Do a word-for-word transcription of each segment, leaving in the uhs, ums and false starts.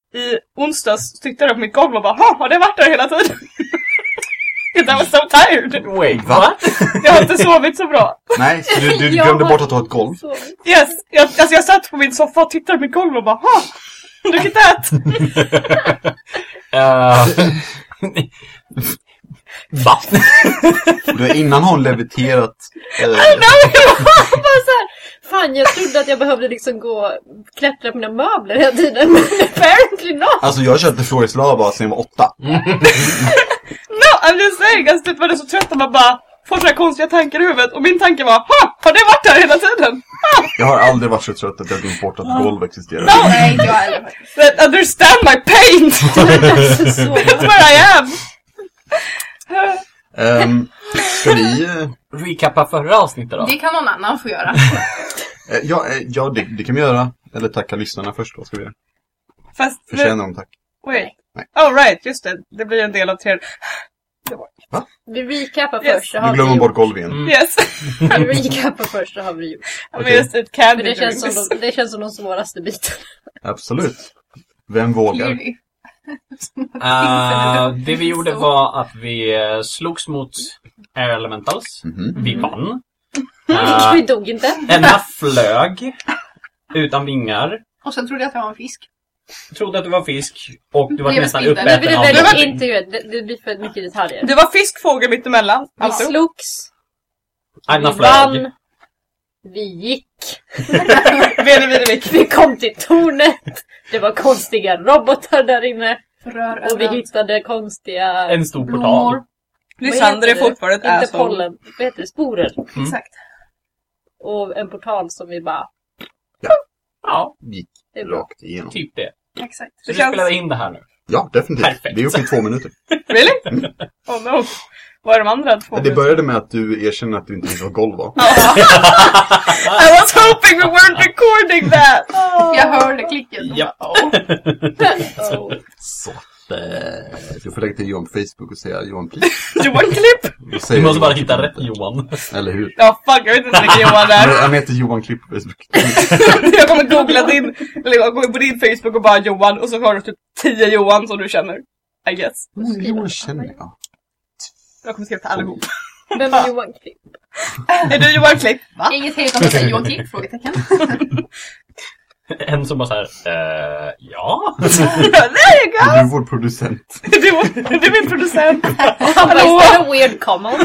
i onsdags tittade jag på mitt golv och bara, har det varit där hela tiden? I was so tired. Wait, va? Jag har inte sovit så bra. Nej, så du, du glömde bort att du har ett golv. Yes, jag, alltså jag satt på min soffa och tittade på mitt golv och bara, ha, look at that. uh, Va? Du har innan hon leviterat. Eh... Nej, jag bara så här, fan, jag trodde att jag behövde liksom gå och klättra på mina möbler hela tiden. Men apparently not. Alltså jag köpte Floris Lava sedan jag var åtta. No, I'm just saying, alltså typ var det så trött att man bara får sådana konstiga tankar i huvudet. Och min tanke var, ha, har det varit där hela tiden? Ha! Jag har aldrig varit så trött att jag glömt bort att oh. golv existerar. No, nej, inte jag heller faktiskt. Understand my pain! That's where I am! um, ska vi uh... recappa förra avsnittet då? Det kan någon annan få göra. uh, ja, uh, ja det, det kan vi göra. Eller tacka lyssnarna först, vad ska vi göra? Fast förtjänar de tack. Wait. Nej. Oh right, just det. Det blir en del av tre. Va? Vi recappar yes. först så har du glömmer vi bort golv igen. Mm. Yes. Vi recappar först så har vi gjort. Okay. Just it can det, känns som de, det känns som de svåraste bitarna. Absolut. Vem vågar? Uh, det vi gjorde var att vi slogs mot Air Elementals. Mm-hmm. Vi vann. Uh, vi dog inte. Ena flög utan vingar. Och sen trodde jag att jag var en fisk. Trodde att du var fisk och du var Blev nästan spindel. uppäten av det. Var inte, det, det blir för mycket detaljer. Det var fiskfågel mitt emellan. Vi alltså. slogs. Ena vi flög. vann. Vi gick. vi, vi, vi, vi kom till tornet. Det var konstiga robotar där inne. Rör och vi hittade konstiga en stor portal. Lysander är fortfarande ett inte asshole. pollen, vad heter det? Sporer. Mm. Exakt. Och en portal som vi bara ja, ja. gick rakt igenom. Typ det. Exakt. Så du känns... spelade in det här nu? Ja, definitivt. Perfekt. Det är uppe i två minuter. Really? Mm. Oh no. Vad är de andra två? Det började med att du erkänner att du inte vill ha golv, va? I was hoping we weren't recording that. Oh. Jag hörde klicken. Ja. Oh. Så. Du får lägga till Johan på Facebook och säga Johan Klipp. Johan Klipp? Du måste Johan bara hitta rätt Johan. Eller hur? Ja, fuck, jag vet inte vilken Johan där. Han heter Johan Klipp på Facebook. Jag kommer googla din, eller jag går på din Facebook och bara Johan. Och så har du typ tio Johan som du känner. I guess. Mm, Johan känner jag. Jag kommer skriva till allihop. Vem är Johan Klipp? Är du Johan Klipp? Va? Inget helt om att säga Johan Klipp, frågetecken. En som bara såhär, uh, ja. There you go! Du är vår producent. Du, du är min producent. Hallå! Is that a weird comment?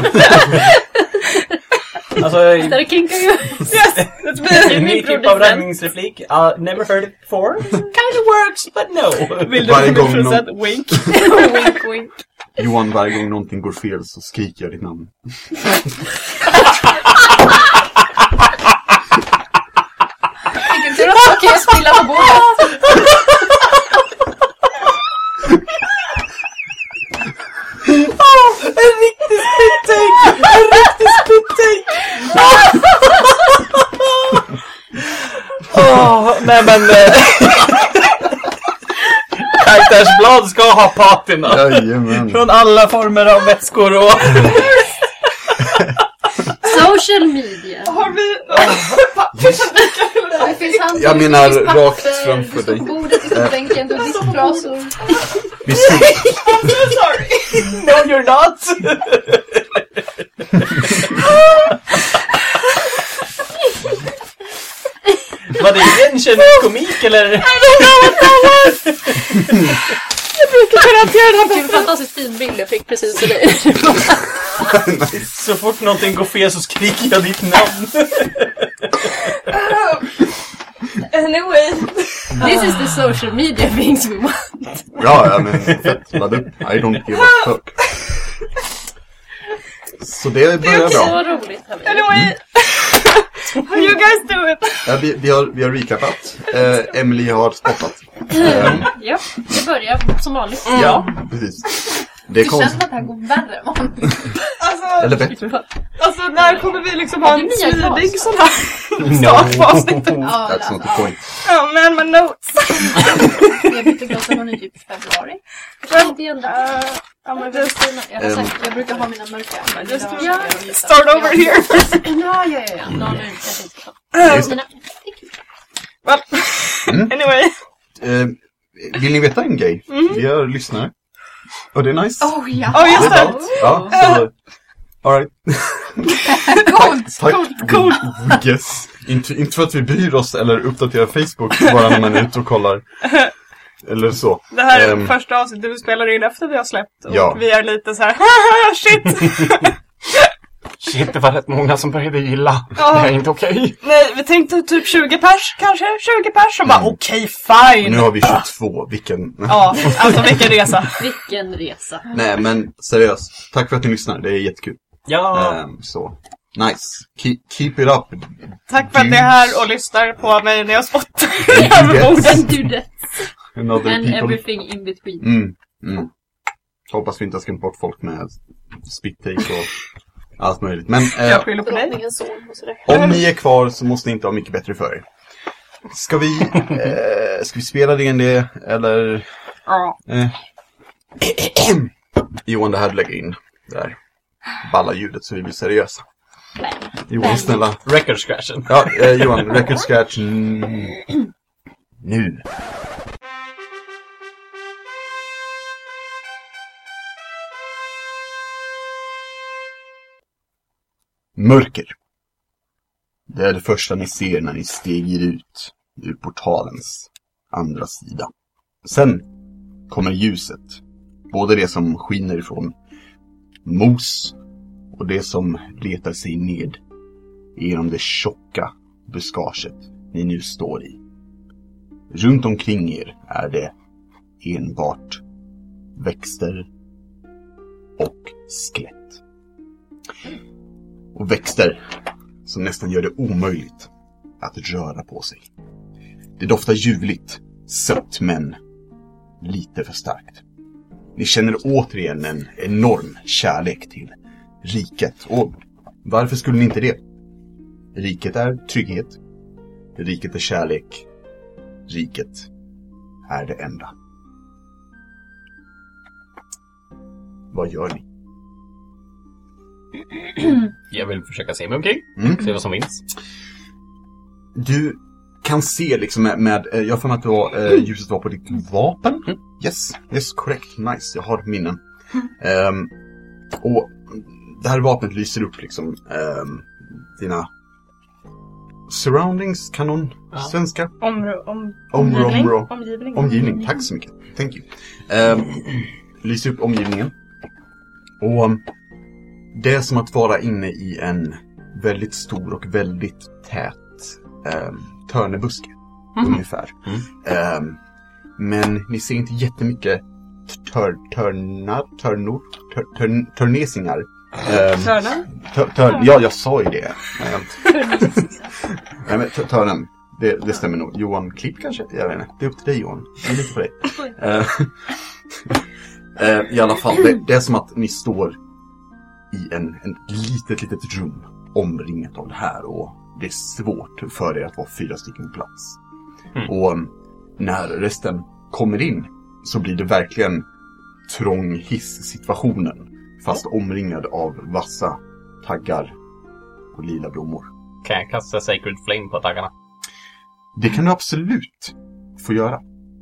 Alltså, is that a kink of you? Yes, that's me. En ny typ av räddningsreplik. Uh, never heard it before. Kind of works, but no. Vill du varje gång producent? någon... Wink. Wink, wink. Johan, varje gång någonting går fel så skriker jag ditt namn. Vilken tur att jag spilla på bordet. Oh, en riktig spit-take! En riktig spit-take! Åh, nej men... Karaktärsblad ska ha patina. Jajamän. Från alla former av vätskor och... Social media. Har vi... Det finns hand, jag menar det finns rakt papper, framför dig. Du står på bordet, du står på bänken, du har disktrasor. Vi stod... I'm so sorry. No, you're not. Var det igenkänd komik eller? I don't know what that was. Jag brukar kunna hantera det här. Det är en fantastiskt fin bild jag fick precis till dig. Så fort någonting går fel så skriker jag ditt namn. Anyway. This is the social media things we want. Ja, ja, men fett, ladda upp. I don't give a fuck. Så det börjar Så bra. roligt. Anyway. How you guys doing? Ja, vi, vi, har, vi har recapat. Eh, Emily har spottat. Eh, ja, det börjar som vanligt. Mm. Ja, precis. Det är Det känns konstigt. som att det här går värre än vanligt. Alltså, Eller bättre. alltså, när kommer vi liksom ha en Är det nya smidig glas? sån här start på avsnittet? Ja, That's not the point. Oh man, my notes. Jag bytte glasen i typ februari. Men det är ändå... Ja, men just Jag har sagt, jag brukar ha mina mörka. Men Just idag ja. ska jag visa. start over here. Ja, ja, ja. ja. Ja, nu kanske inte så. Just det. Men, Well, Mm. anyway. Eh, vill ni veta en grej? Mm. Vi har lyssnare. Och det är nice. Oh ja. Ja, just det. Ja, så... All right. Coolt. Tack. Coolt, coolt. We, yes. Inte, inte för att vi bryr oss eller uppdaterar Facebook bara när man är ute och kollar. Eller så. Det här är um, första avsnittet vi spelar in efter vi har släppt. Och ja. vi är lite så här, haha, shit! Shit, det var rätt många som började gilla. Ja. Det är inte okej. Okay. Nej, vi tänkte typ tjugo pers kanske. tjugo pers och bara Mm. okej, okay, fine. Nu har vi tjugotvå. Vilken... Ja, alltså vilken resa. Vilken resa. Nej, men seriöst. Tack för att ni lyssnar. Det är jättekul. Ja. Um, så. Nice. Keep, keep it up. Tack för att ni är här och lyssnar på mig när jag spottar Dudes. över borden. Dudes. Another And people. everything in between. Mm, mm. Hoppas vi inte har skrämt bort folk med spit take och allt möjligt. Men eh, Jag skyller på dig. Drottningens son och sådär. om ni är kvar så måste ni inte ha mycket bättre för er. Ska vi, eh, ska vi spela D and D eller... Ja. Eh. Johan, det här du lägger in. Där. Balla ljudet så vi blir seriösa. Johan, snälla. Record scratchen. Ja, eh, Johan, record scratch. Mm. Nu. Mörker. Det är det första ni ser när ni stiger ut ur portalens andra sida. Sen kommer ljuset. Både det som skiner ifrån mos och det som letar sig ned genom det tjocka buskaget ni nu står i. Runt omkring er är det enbart växter och skelett. Och växter som nästan gör det omöjligt att röra på sig. Det doftar ljuvligt, sött men lite för starkt. Ni känner återigen en enorm kärlek till riket. Och varför skulle ni inte det? Riket är trygghet. Riket är kärlek. Riket är det enda. Vad gör ni? Jag vill försöka se mig omkring. Mm. Se vad som finns. Du kan se liksom med, med jag har för mig att du har, eh, ljuset var på ditt vapen. Mm. Yes, yes, korrekt. Nice, jag har minnen. Um, och det här vapnet lyser upp liksom um, dina surroundings, kanon, ja. Svenska. Omro, om, omgivning. Omro, omgivning. Omgivning, tack så mycket. Thank you. Um, lyser upp omgivningen. Och um, det är som att vara inne i en väldigt stor och väldigt tät um, törnebuske. Mm. Ungefär. Mm. Um, men ni ser inte jättemycket tör, törnar, törnor, tör, tör, törnesingar. Um, Törnen? Tör, tör, ja, jag sa ju det. Nej, men törnen, det, det stämmer nog. Johan Klipp kanske? Jag vet inte. Det är upp till dig, Johan. Det är lite på dig. Uh, uh, I alla fall, det, det är som att ni står i en, en litet, litet rum omringat av det här. Och det är svårt för er att vara fyra stycken på plats. Mm. Och um, när resten kommer in så blir det verkligen trång hiss-situationen. Fast omringad av vassa taggar och lila blommor. Kan jag kasta Sacred Flame på taggarna? Det kan du absolut få göra.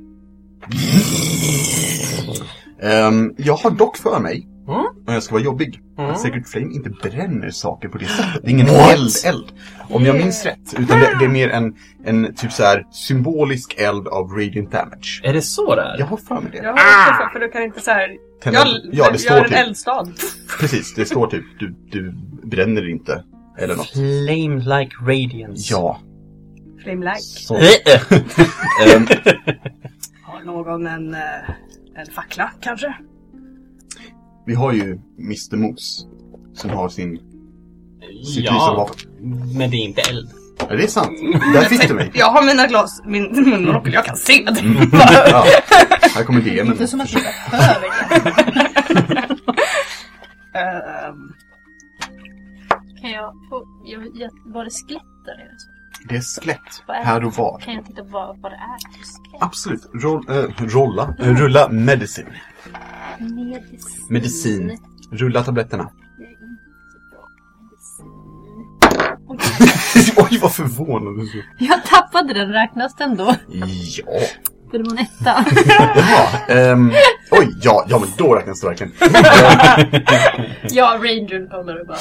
um, jag har dock för mig, mm? om jag ska vara jobbig, mm. att Sacred Flame inte bränner saker på det sättet. Det är ingen eld, eld. Om jag minns rätt. Utan det, det är mer en, en typ så här symbolisk eld av radiant damage. Är det så där? Jag har för mig det. Jag har också för, för du kan inte så här... Tända, jag, ja, det står gör en typ, eldstad. Precis, det står typ du, du bränner inte. Eller något. Flame like radiance. Ja. Flame like. Så. um, Har någon en, en fackla kanske? Vi har ju mister Mos som har sin sitt ja, men det är inte eld. Ja, det är sant. Där fick du mig. Jag har mina glas, min munrock, jag kan se det. Mm. Ja. Här kommer det. Inte som att jag hör det. um. Kan jag få... Jag, jag, var det skelett eller? Det är skelett. Här och var. Kan jag titta på vad, vad det är för skelett? Absolut. Roll, äh, rolla. Äh, rulla medicin. Medicin. Medicin. Rulla tabletterna. Oj. Oj, vad förvånad du. Jag tappade den, räknas den då? Ja. För det var en etta. Jaha, um, oj, ja, ja men då räknas det verkligen. Ja, Rangern kommer och bara...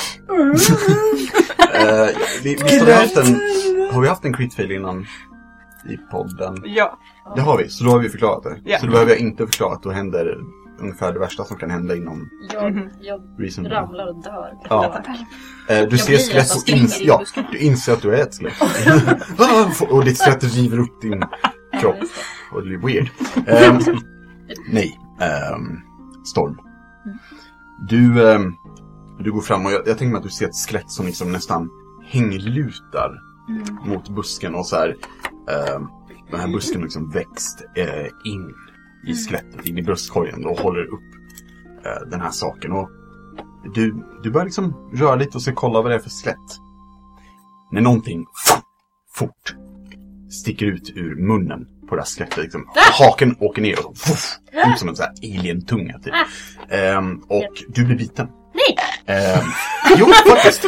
uh, vi, visst har vi haft en, har vi haft en crit fail innan i podden? Ja. Det har vi, så då har vi förklarat det. Ja. Så då behöver jag inte förklara att då händer ungefär det värsta som kan hända inom Jag, jag reason. ramlar och dör. Ja. Uh, du ser blir skelett som och springer ins- i ja, busken. du inser att du är ett skelett. Och ditt skelett river upp din kropp. Och det blir weird. Um, nej, um, Storm. Du, um, du går fram och jag, jag tänker mig att du ser ett skelett som liksom nästan hänglutar Mm. mot busken och så här. Um, den här busken har liksom växt uh, in i skelettet, in i bröstkorgen och håller upp uh, den här saken. Och du, du börjar liksom röra lite och se kolla vad det är för skelett. När någonting fort sticker ut ur munnen på det här skelettet. Liksom. Haken åker ner och fuff, ut som en sån här alien-tunga typ. Um, och du blir biten. Nej! Um, jo, faktiskt. Um,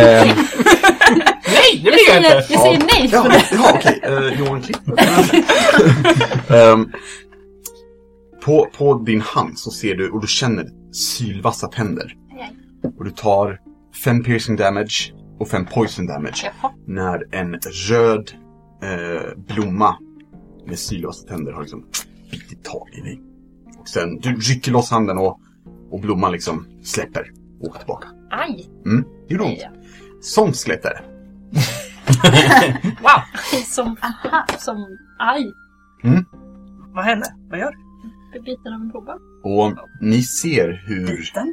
Nej, det Jag blir jag säger, inte! jag säger nej ja, för det. ja, okej. Uh, Johan Klipp. um, på, på din hand så ser du, och du känner sylvassa tänder. Och du tar fem piercing damage och fem poison damage. Jaha. När en röd eh, blomma med sylvassa tänder har liksom bitit tag i dig. Och sen, du rycker loss handen och, och blomman liksom släpper och åker tillbaka. Aj! Mm, det gjorde ont. Ja. Som skelett är det. Wow! Som, som aj. Vad händer? Vad gör du? Blir biten av en blomma. Och ni ser hur Biten?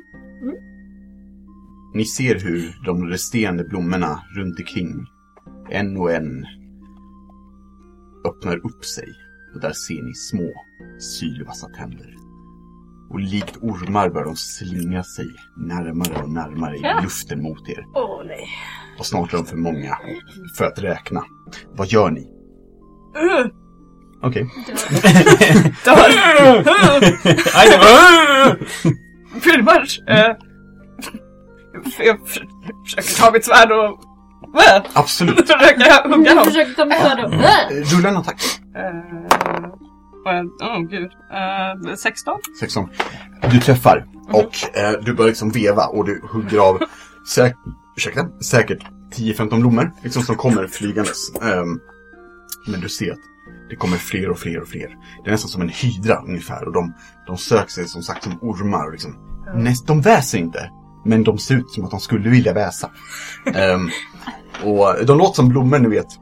ni ser hur de resterande blommorna runt omkring en och en öppnar upp sig. Och där ser ni små sylvassa tänder. Och likt ormar börjar de slinga sig närmare och närmare i luften mot er. Åh oh, nej. Och snart är de för många för att räkna. Vad gör ni? Uh, Okej. dör. Aj, det var... Filmar. Uh, jag för- försöker ta mitt svärd och... Well, Absolut. försöker jag hugga Jag honom. försökte ta mig för det. Eh, Rulla en attack. Åh uh, oh, gud. Uh, sexton? sexton. Du träffar. Och eh, du börjar liksom veva och du hugger av säk- ursäkta, säkert tio femton blommor. Liksom som kommer flygandes. Um, men du ser att det kommer fler och fler och fler. Det är nästan som en hydra ungefär. Och de, de söker sig som sagt som ormar. Och liksom, näst, de väser inte. Men de ser ut som att de skulle vilja väsa. Um, och de låter som blommor, ni vet.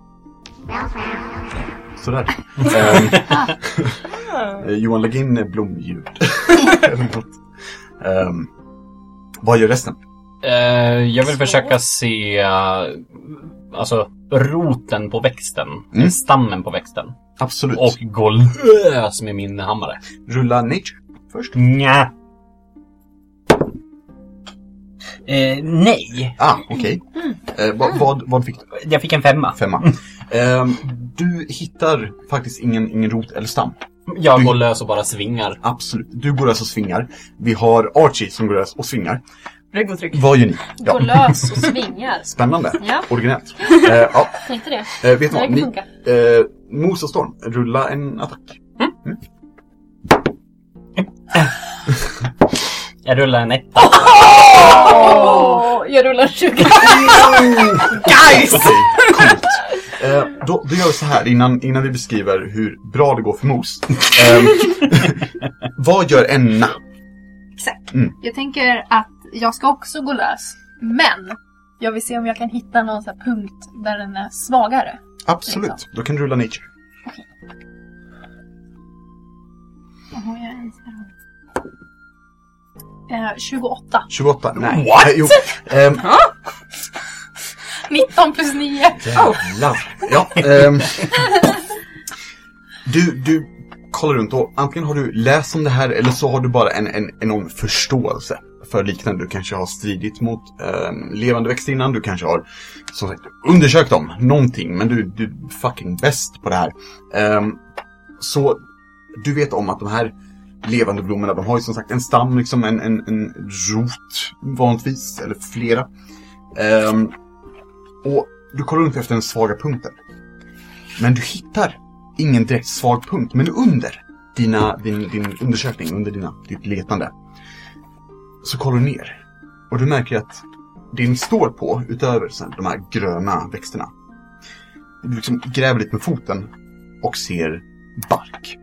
Sådär. Um, Johan, lägg in blomljud. Eller något. Um, vad gör resten? Uh, jag vill försöka se uh, alltså roten på växten, Mm. stammen på växten. Absolut. Och gå lös med min hammare. Rulla nature först. Nja. Eh, nej. Ah, okej. Okay. Eh, vad, vad, vad fick du? Jag fick en femma. Femma. Um, du hittar faktiskt ingen, ingen rot eller stam. Jag Du- går lös och bara svingar. Absolut. Du går lös och svingar. Vi har Archie som går lös och svingar. Ryggmotryck. Vad gör ni? Gå lös och svingar. Spännande. Ja. Originellt. Eh, ja, Tänkte det. eh, vet du vad? Det Ni, funkar. eh, Mos och Storm, rulla en attack. Jag rullar en etta. Åh, jag rullar tjugo. Guys! Okej, coolt. Eh, då, då gör vi så här innan, innan vi beskriver hur bra det går för Mos. Eh, vad gör Enna? Exakt. Mm. Jag tänker att jag ska också gå lös. Men jag vill se om jag kan hitta någon så här punkt där den är svagare. Absolut. Då kan du rulla nature. Vad har jag ens här? Eh, tjugoåtta. tjugoåtta. Nej. What? Eh, jo. Ehm, nitton plus nio. Jävlar. Ja, ehm, du, du kollar runt och antingen har du läst om det här eller så har du bara en, en enorm förståelse för liknande. Du kanske har stridit mot ehm, levande växter innan. Du kanske har som sagt undersökt dem. Någonting. Men du, du är fucking bäst på det här. Ehm, så du vet om att de här levande blommorna, de har ju som sagt en stam, liksom en, en, en rot vanligtvis, eller flera. Ehm, och du kollar runt efter den svaga punkten. Men du hittar ingen direkt svag punkt, men under dina, din, din undersökning, under dina, ditt letande, så kollar du ner. Och du märker att det ni står på, utöver sen, de här gröna växterna, du liksom gräver lite med foten och ser bark.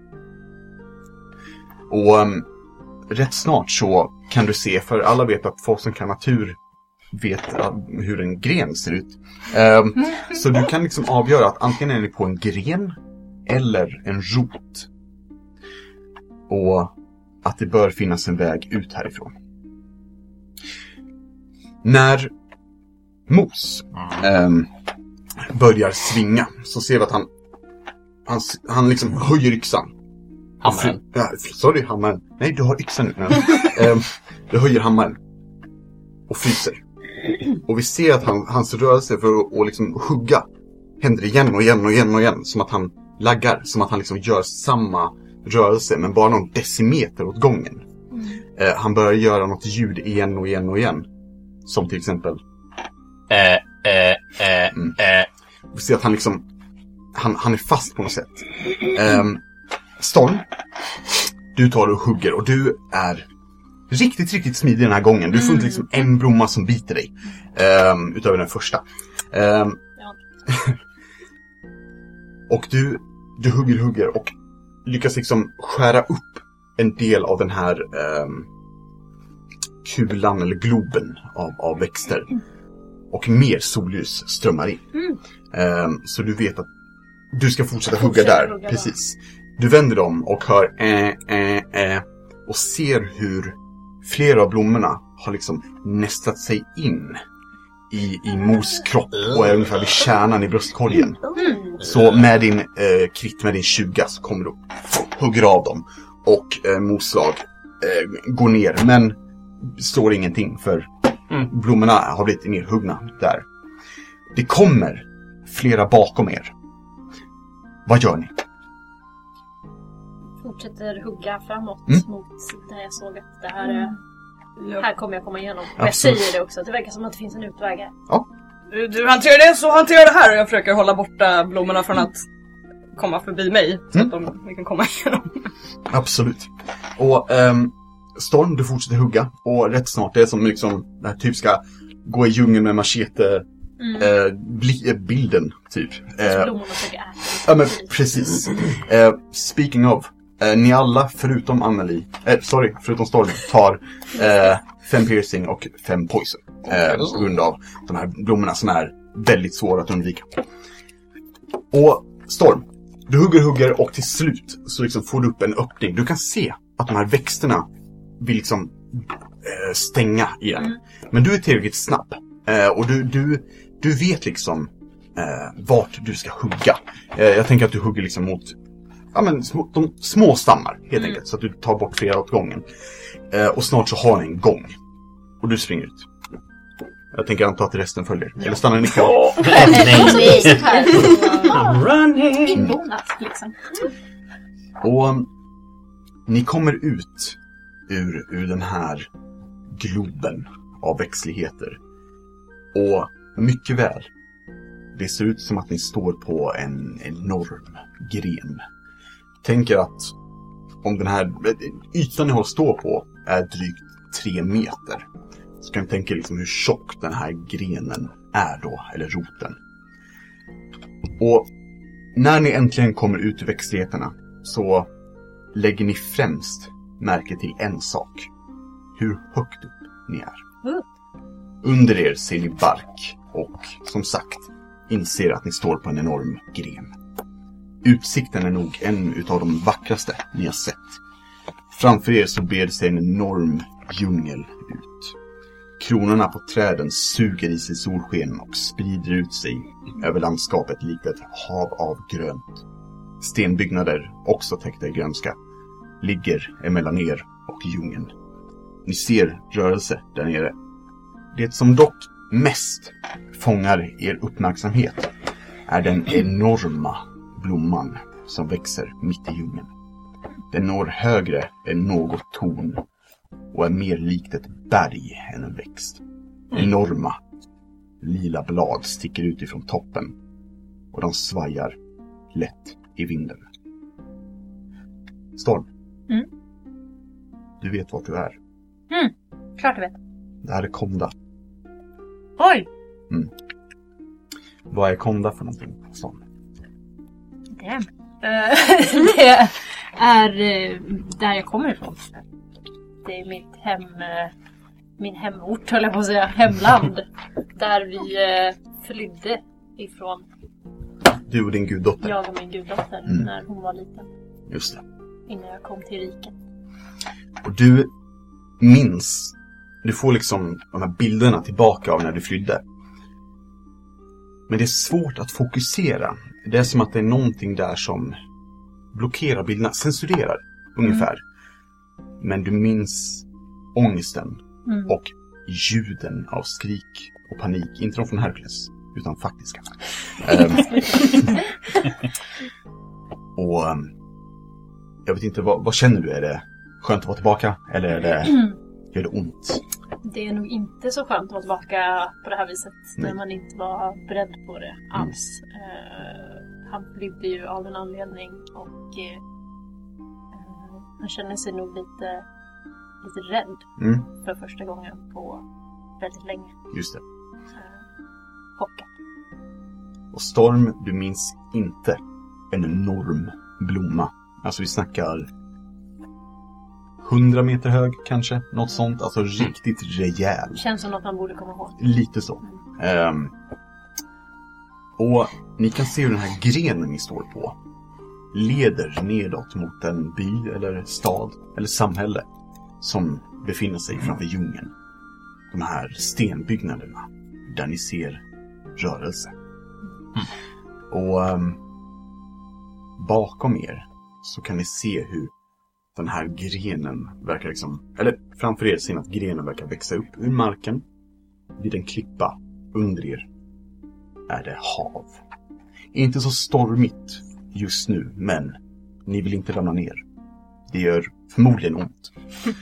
Och um, rätt snart så kan du se, för alla vet att folk som kan natur vet uh, hur en gren ser ut. Um, så du kan liksom avgöra att antingen är ni på en gren eller en rot. Och att det bör finnas en väg ut härifrån. När Mos um, börjar svinga så ser vi att han han, han liksom höjer yxan. Hammaren. Ja, sorry, hammaren. Nej, du har yxan nu. um, du höjer hammaren och fryser. Och vi ser att han, hans rörelse för att och liksom hugga händer igen och igen och igen och igen. Som att han laggar, som att han liksom gör samma rörelse men bara någon decimeter åt gången. Mm. Uh, han börjar göra något ljud igen och igen och igen. Som till exempel Eh, eh, eh, mm. eh. Vi ser att han liksom han, han är fast på något sätt. um, Storm, du tar och hugger och du är riktigt, riktigt smidig den här gången. Du får inte liksom en blomma som biter dig um, utöver den första. um, Ja. Och du, du hugger, hugger och lyckas liksom skära upp en del av den här um, kulan eller globen av, av växter. Och mer solljus strömmar in. Mm. Um, så du vet att du ska fortsätta hugga Fortsätta där. hugga Precis. Du vänder dem och hör äh, äh, äh, och ser hur flera av blommorna har liksom nästlat sig in i, i Mos kropp och är ungefär vid kärnan i bröstkorgen. Mm. Så med din eh, krit, med din tjuga, så kommer du hugger av dem. Och eh, Mos slag eh, går ner, men står ingenting för mm. blommorna har blivit nerhuggna där. Det kommer flera bakom er. Vad gör ni? Fortsätter hugga framåt Mm. mot där jag såg att det här är... Ja. Här kommer jag komma igenom. Och jag Absolut. säger det också, att det verkar som att det finns en utväg här. Du, du hanterar det, så hanterar jag det här och jag försöker hålla borta blommorna från att komma förbi mig. Så Mm. att de vi kan komma igenom. Absolut. Och ehm, Storm, du fortsätter hugga. Och rätt snart, det är som liksom det här typiska gå i djungeln med machete Mm. eh, bli, eh, bilden typ. Så Eh, blommorna försöker äta. ja men precis. Eh, speaking of, eh, ni alla förutom Anneli, eh, sorry, förutom Storm tar eh, fem piercing och fem poison. Eh, på grund av de här blommorna som är väldigt svåra att undvika. Och Storm, du hugger, hugger och till slut så liksom får du upp en öppning. Du kan se att de här växterna vill liksom eh, stänga igen. Mm. Men du är tillräckligt snabb. Eh, och du, du, du vet liksom eh, vart du ska hugga. Eh, jag tänker att du hugger liksom mot ja, men, små, de små stammar helt mm. enkelt. Så att du tar bort flera åt gången. Eh, och snart så har ni en gång. Och du springer ut. Jag tänker anta att resten följer. Ja. Eller stannar ni kvar? Nej. Inbonat liksom. Och um, ni kommer ut ur, ur den här globen av växtligheter. Och mycket väl, det ser ut som att ni står på en enorm gren. Tänker att om den här ytan ni har att stå på är drygt tre meter. Så kan ni tänka liksom hur tjock den här grenen är då, eller roten. Och när ni äntligen kommer ut ur växtligheterna så lägger ni främst märke till en sak. Hur högt upp ni är. Mm. Under er ser ni bark och som sagt inser att ni står på en enorm gren. Utsikten är nog en utav de vackraste ni har sett. Framför er så ber sig en enorm djungel ut. Kronorna på träden suger i sig solsken och sprider ut sig över landskapet likt ett hav av grönt. Stenbyggnader, också täckta i grönska, ligger emellan er och djungeln. Ni ser rörelse där nere. Det som dock mest fångar er uppmärksamhet är den enorma blomman som växer mitt i djungeln. Den når högre än något torn och är mer likt ett berg än en växt. Enorma, lila blad sticker ut ifrån toppen och de svajar lätt i vinden. Storm. Mm. Du vet vart du är. Mm, klart jag vet. Det här är Konda. Oj! Mm. Vad är Konda för någonting, Storm? Damn. Uh, det är uh, där jag kommer ifrån. Det är mitt hem, uh, min hemort, höll jag på att säga, hemland. Där vi uh, flydde ifrån. Du och din guddotter. Jag och min guddotter Mm. när hon var liten. Just det. Innan jag kom till riket. Och du minns, du får liksom de här bilderna tillbaka av när du flydde. Men det är svårt att fokusera. Det är som att det är någonting där som blockerar bilderna, censurerar ungefär. Mm. Men du minns ångesten Mm. och ljuden av skrik och panik. Inte de från Hercules, utan faktiska. um, och um, jag vet inte, vad, vad känner du? Är det skönt att vara tillbaka? Eller är det, gör det ont? Det är nog inte så skönt att vara tillbaka på det här viset. Nej. När man inte var beredd på det alls. Mm. Uh, han flydde ju av en anledning. Och uh, han känner sig nog lite, lite rädd. Mm. För första gången på väldigt länge. Just det. Uh, chockad. Och Storm, du minns inte en enorm blomma. Alltså vi snackar hundra meter hög kanske, något sånt. Alltså riktigt rejäl. Känns som något man borde komma ihåg. Lite så. Mm. Um, och ni kan se hur den här grenen ni står på leder nedåt mot en by eller stad eller samhälle som befinner sig framför djungeln. De här stenbyggnaderna där ni ser rörelse. Mm. Och um, bakom er så kan ni se hur den här grenen verkar liksom, eller framför er ser ni att grenen verkar växa upp ur marken. Vid en klippa under er är det hav. Inte så stormigt just nu, men ni vill inte ramla ner. Det gör förmodligen ont.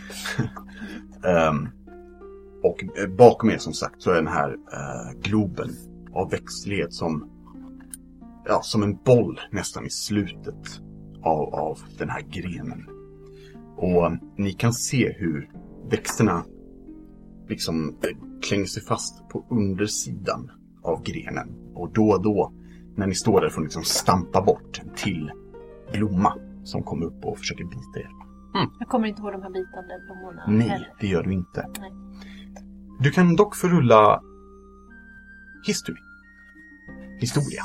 um, och bakom er som sagt så är den här uh, globen av växtlighet som ja, som en boll nästan i slutet av, av den här grenen. Och um, ni kan se hur växterna liksom äh, klänger sig fast på undersidan av grenen. Och då och då, när ni står där, får ni liksom stampa bort en till blomma som kommer upp och försöker bita er. Mm. Jag kommer inte ihåg de här bitande blommorna. Nej, heller. det gör du inte. Nej. Du kan dock förrulla history. Historia.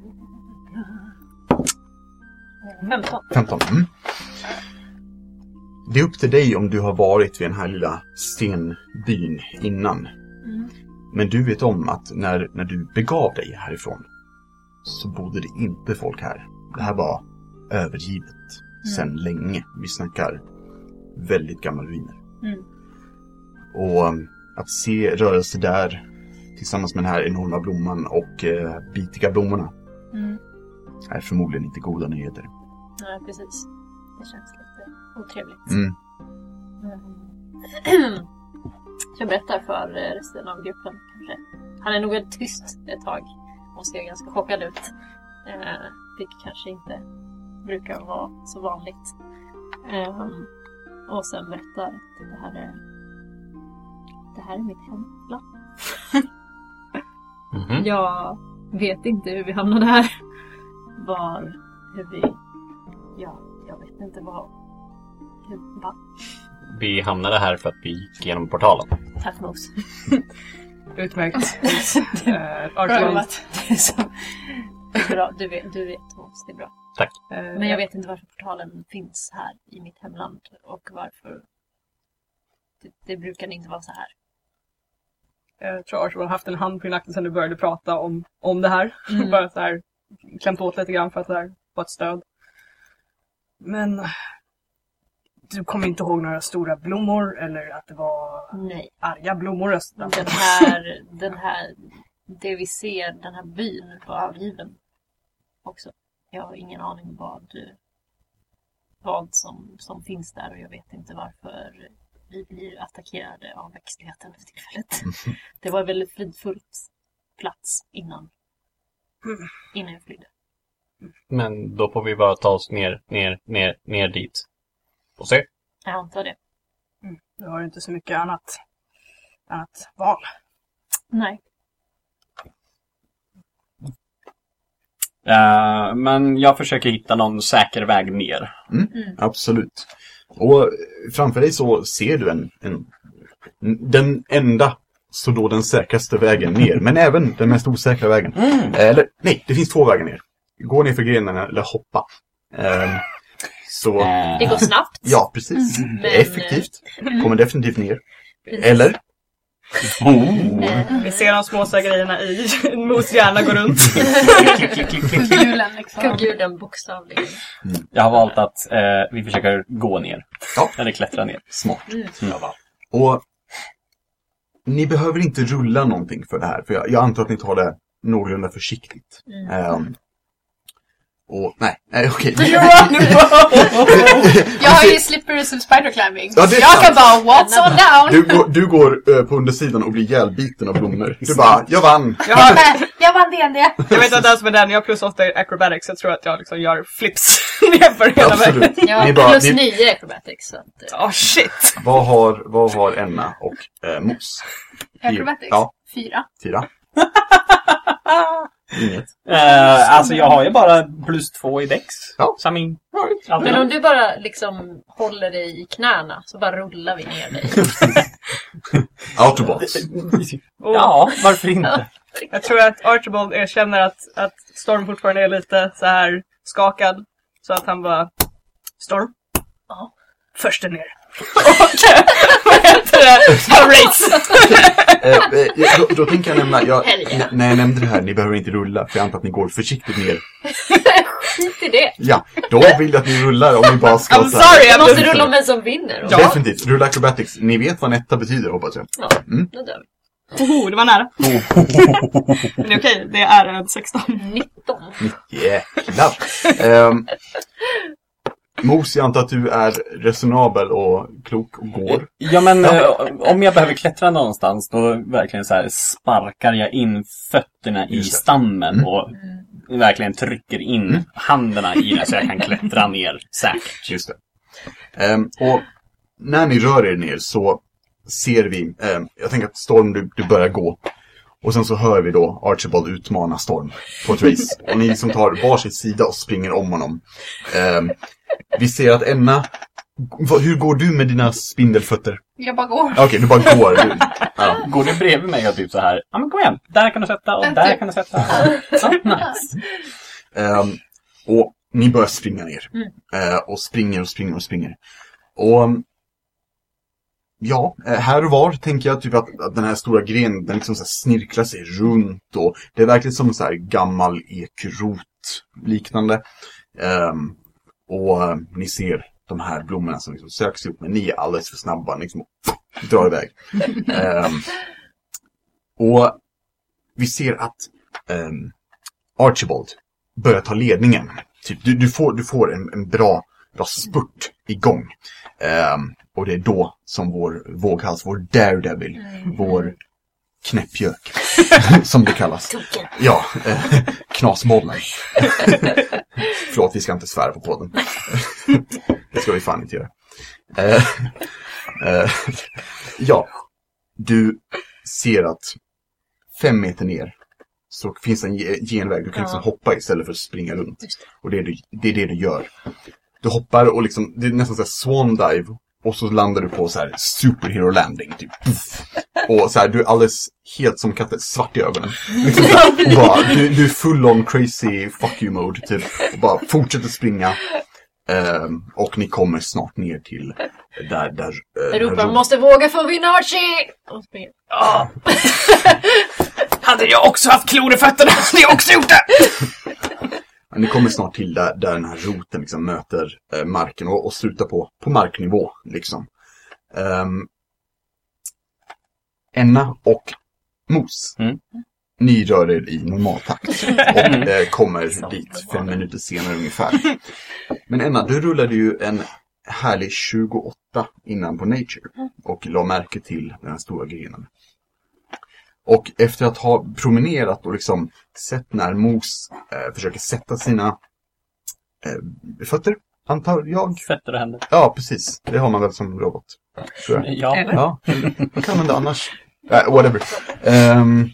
femton. femton. Mm. Det är upp till dig om du har varit vid den här lilla stenbyn innan. Mm. Men du vet om att när, när du begav dig härifrån så bodde det inte folk här. Det här var övergivet mm. sedan länge. Vi snackar väldigt gamla ruiner. Mm. Och um, att se rörelse där tillsammans med den här enorma blomman och uh, bitiga blommorna mm. är förmodligen inte goda nyheter. Nej, precis. Det känns lite otrevligt. Mm. Mm. Jag berättar för resten av gruppen kanske. Han är nog väldigt tyst ett tag och ser ganska chockad ut. Eh, vilket kanske inte brukar vara så vanligt. Eh, och sen berättar att det här är det här är mitt hemland. Mm-hmm. Jag vet inte hur vi hamnade här. Var, hur vi... Ja, jag vet inte vad... Hur, va? Vi hamnade här för att vi gick genom portalen. Tack Mos. Utmärkt. uh, Bra jobbat. Det är så... Det är bra. Du vet, du vet Mos, det är bra. Tack. Uh, Men jag vet inte varför portalen finns här i mitt hemland. Och varför... Det, det brukar inte vara så här. Jag tror att jag har haft en hand på din nacken sedan du började prata om, om det här. Mm. Bara så här, klämt åt lite grann för att det här var ett stöd. Men du kommer inte ihåg några stora blommor eller att det var Nej. arga blommor? Den här, den här, det vi ser, den här byn var övergiven också. Jag har ingen aning vad, vad som, som finns där och jag vet inte varför vi blir attackerade av växtligheten för tillfället. Mm. Det var en väldigt fridfullt plats innan, mm. innan jag flydde. Men då får vi bara ta oss ner, ner, ner, ner dit. Och se. Jag antar det. Mm. Du har ju inte så mycket annat, annat val. Nej. Uh, men jag försöker hitta någon säker väg ner. Mm, mm. Absolut. Och framför dig så ser du en, en den enda, så då den säkraste vägen ner. Men även den mest osäkra vägen. Mm. Eller, nej, det finns två vägar ner. Gå ner för grenarna eller hoppa. Um, så... Det går snabbt. Ja, precis. Mm. Det är effektivt. Kommer definitivt ner. Precis. Eller? Oh. Vi ser de småsa grejerna i Mos hjärna går runt. Kuggulen liksom. Kuggulen bokstavligen. Mm. Jag har valt att eh, vi försöker gå ner. Ja. Eller klättra ner. Smart. Mm. Mm. Och ni behöver inte rulla någonting för det här. För jag, jag antar att ni tar det någorlunda försiktigt. Mm. Um, och nej, nej okej. Okay. Jag har ju slippery som spider climbing. Ja, det är jag sant. kan bara waltz on down. Du går, du går uh, på undersidan och blir ihjälbiten av blommor. Du bara, jag vann. Jag, har, jag vann D and D. Jag vet att det är som är den, jag har plus åtta i acrobatics. Jag tror att jag liksom gör flips nerför hela vägen. Jag har bara, plus ni... nio i acrobatics. Åh oh, shit. Vad har, vad har Enna och äh, Mos? Acrobatics? Ja. Fyra. Fyra. Inget. Uh, alltså jag har ju bara plus två i dex. Ja. Så min... Men om du bara liksom håller dig i knäna så bara rullar vi ner dig. Autobots. Ja, varför inte? Jag tror att Archibald erkänner att, att Storm fortfarande är lite så här skakad. Så att han bara... Storm? Ja. Först är ner. Okej, vad heter det? Race. eh, då, då tänker jag nämna, jag, n- när jag nämnde det här, ni behöver inte rulla, för jag antar att ni går försiktigt ner. Skit i det. Ja, då vill jag att ni rullar om ni bara ska... I'm sorry, jag måste rulla om vem som vinner. Ja. Definitivt, rulla acrobatics. Ni vet vad netta betyder, hoppas jag. Ja, mm. då dör vi. Oho, det var nära. Men det är okej, det är en sexton. nitton. Jäklar. um, Mos, jag antar att du är resonabel och klok och går. Ja, men eh, om jag behöver klättra någonstans, då verkligen så här sparkar jag in fötterna i stammen mm. och mm. verkligen trycker in mm. händerna i den så jag kan klättra ner säkert. Just det. Um, och när ni rör er ner så ser vi, um, jag tänker att Storm, du, du börjar gå. Och sen så hör vi då Archibald utmana Storm på ett race. Och ni som tar varsin sida och springer om honom. Um, vi ser att Enna... Hur går du med dina spindelfötter? Jag bara går. Okej, okay, du bara går. Du, ja. Går du bredvid mig och typ så här? Ja, men kom igen. Där kan du sätta och där typ. Kan du sätta. Ja, nice. Um, och ni börjar springa ner. Mm. Uh, och springer och springer och springer. Och... Ja, här och var tänker jag typ att, att den här stora grenen den liksom så här snirklar sig runt och det är verkligen som en så här gammal ekrot liknande. Um, och uh, ni ser de här blommorna som liksom söks upp, men ni är alldeles för snabba liksom pff, drar iväg. um, och vi ser att um, Archibald börjar ta ledningen. Typ, du, du får, du får en, en bra, bra spurt igång. Um, Och det är då som vår våghals, vår daredevil, mm. vår knäppjök, som det kallas. Token. Ja, eh, knasmollen. Förlåt, vi ska inte svära på podden. Det ska vi fan inte göra. Eh, eh, ja, du ser att fem meter ner så finns en genväg. Du kan liksom ja. hoppa istället för att springa runt. Och det är, du, det är det du gör. Du hoppar och liksom, det är nästan så här swan dive. Och så landar du på så här superhero landing typ. Och så här, du är alldeles helt som katten, svart i ögonen. Liksom så, bara, du, du är full on crazy fuck you mode typ. Och bara fortsätter springa. Um, och ni kommer snart ner till där... där uh, Europa där måste våga för att vinna Archie! Och springer. Ja. Hade jag också haft klor i fötterna hade jag också gjort det! Ni kommer snart till där, där den här roten liksom möter eh, marken och, och slutar på, på marknivå. Liksom. Um, Enna och Mos. Mm. Ni rör er i normal takt och eh, kommer dit fem minuter senare ungefär. Men Enna, du rullade ju en härlig tjugoåtta innan på Nature och la märke till den här stora grenen. Och efter att ha promenerat och liksom sett när Mos eh, försöker sätta sina eh, fötter, antar jag. Fötter och händer. Ja, precis. Det har man väl som robot. Tror jag. Ja. Ja, vad kan man det annars? Äh, whatever. Um,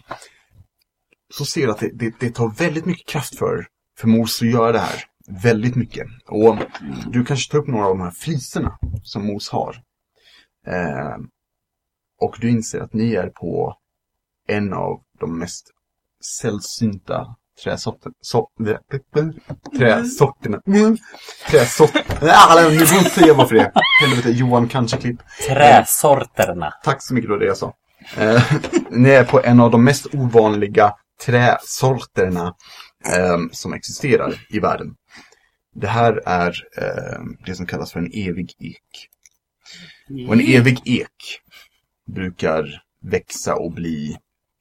så ser du att det, det, det tar väldigt mycket kraft för, för Mos att göra det här. Väldigt mycket. Och du kanske tar upp några av de här fliserna som Mos har. Um, och du inser att ni är på en av de mest sällsynta träsorterna. So, träsorterna. Träsorterna. Nu får inte säga varför det. Helvete, Johan kanske klipp. Träsorterna. Tack så mycket då det jag sa. Eh, ni är på en av de mest ovanliga träsorterna eh, som existerar i världen. Det här är eh, det som kallas för en evig ek. Och en evig ek brukar växa och bli,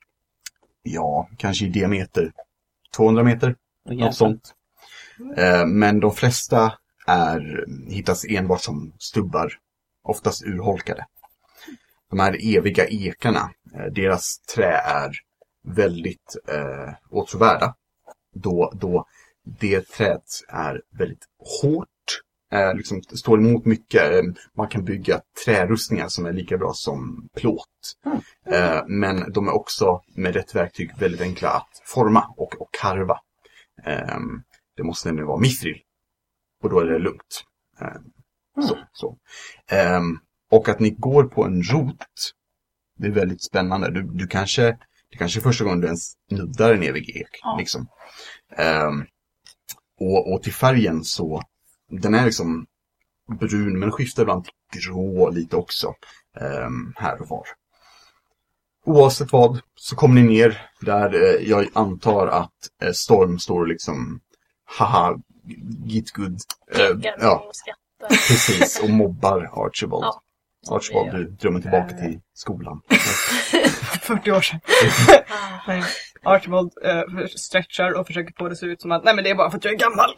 ja, kanske i diameter tvåhundra meter, något sånt. Eh, men de flesta är, hittas enbart som stubbar, oftast urholkade. De här eviga ekarna, eh, deras trä är väldigt eh, åtråvärda. Då, då det träet är väldigt hårt, eh, liksom står emot mycket. Eh, man kan bygga trärustningar som är lika bra som plåt. Eh, men de är också med rätt verktyg väldigt enkla att forma och, och karva. Eh, det måste nämligen vara mithril. Och då är det lugnt. Eh, så, så. Eh, och att ni går på en rot, det är väldigt spännande. Du, du kanske, det kanske är första gången du ens nuddar en evig ek. Ja. Liksom. Eh, och, och till färgen så, den är liksom brun men skiftar ibland till grå lite också. Eh, här och var. Oavsett vad så kommer ni ner där eh, jag antar att eh, Storm står liksom haha, git good. Eh, ja, precis. Och mobbar Archibald. Ja, Archibald, du drömmer tillbaka till skolan. fyrtio år sedan. Nej. Archibald eh, stretchar och försöker få det se ut som att nej men det är bara för att jag är gammal.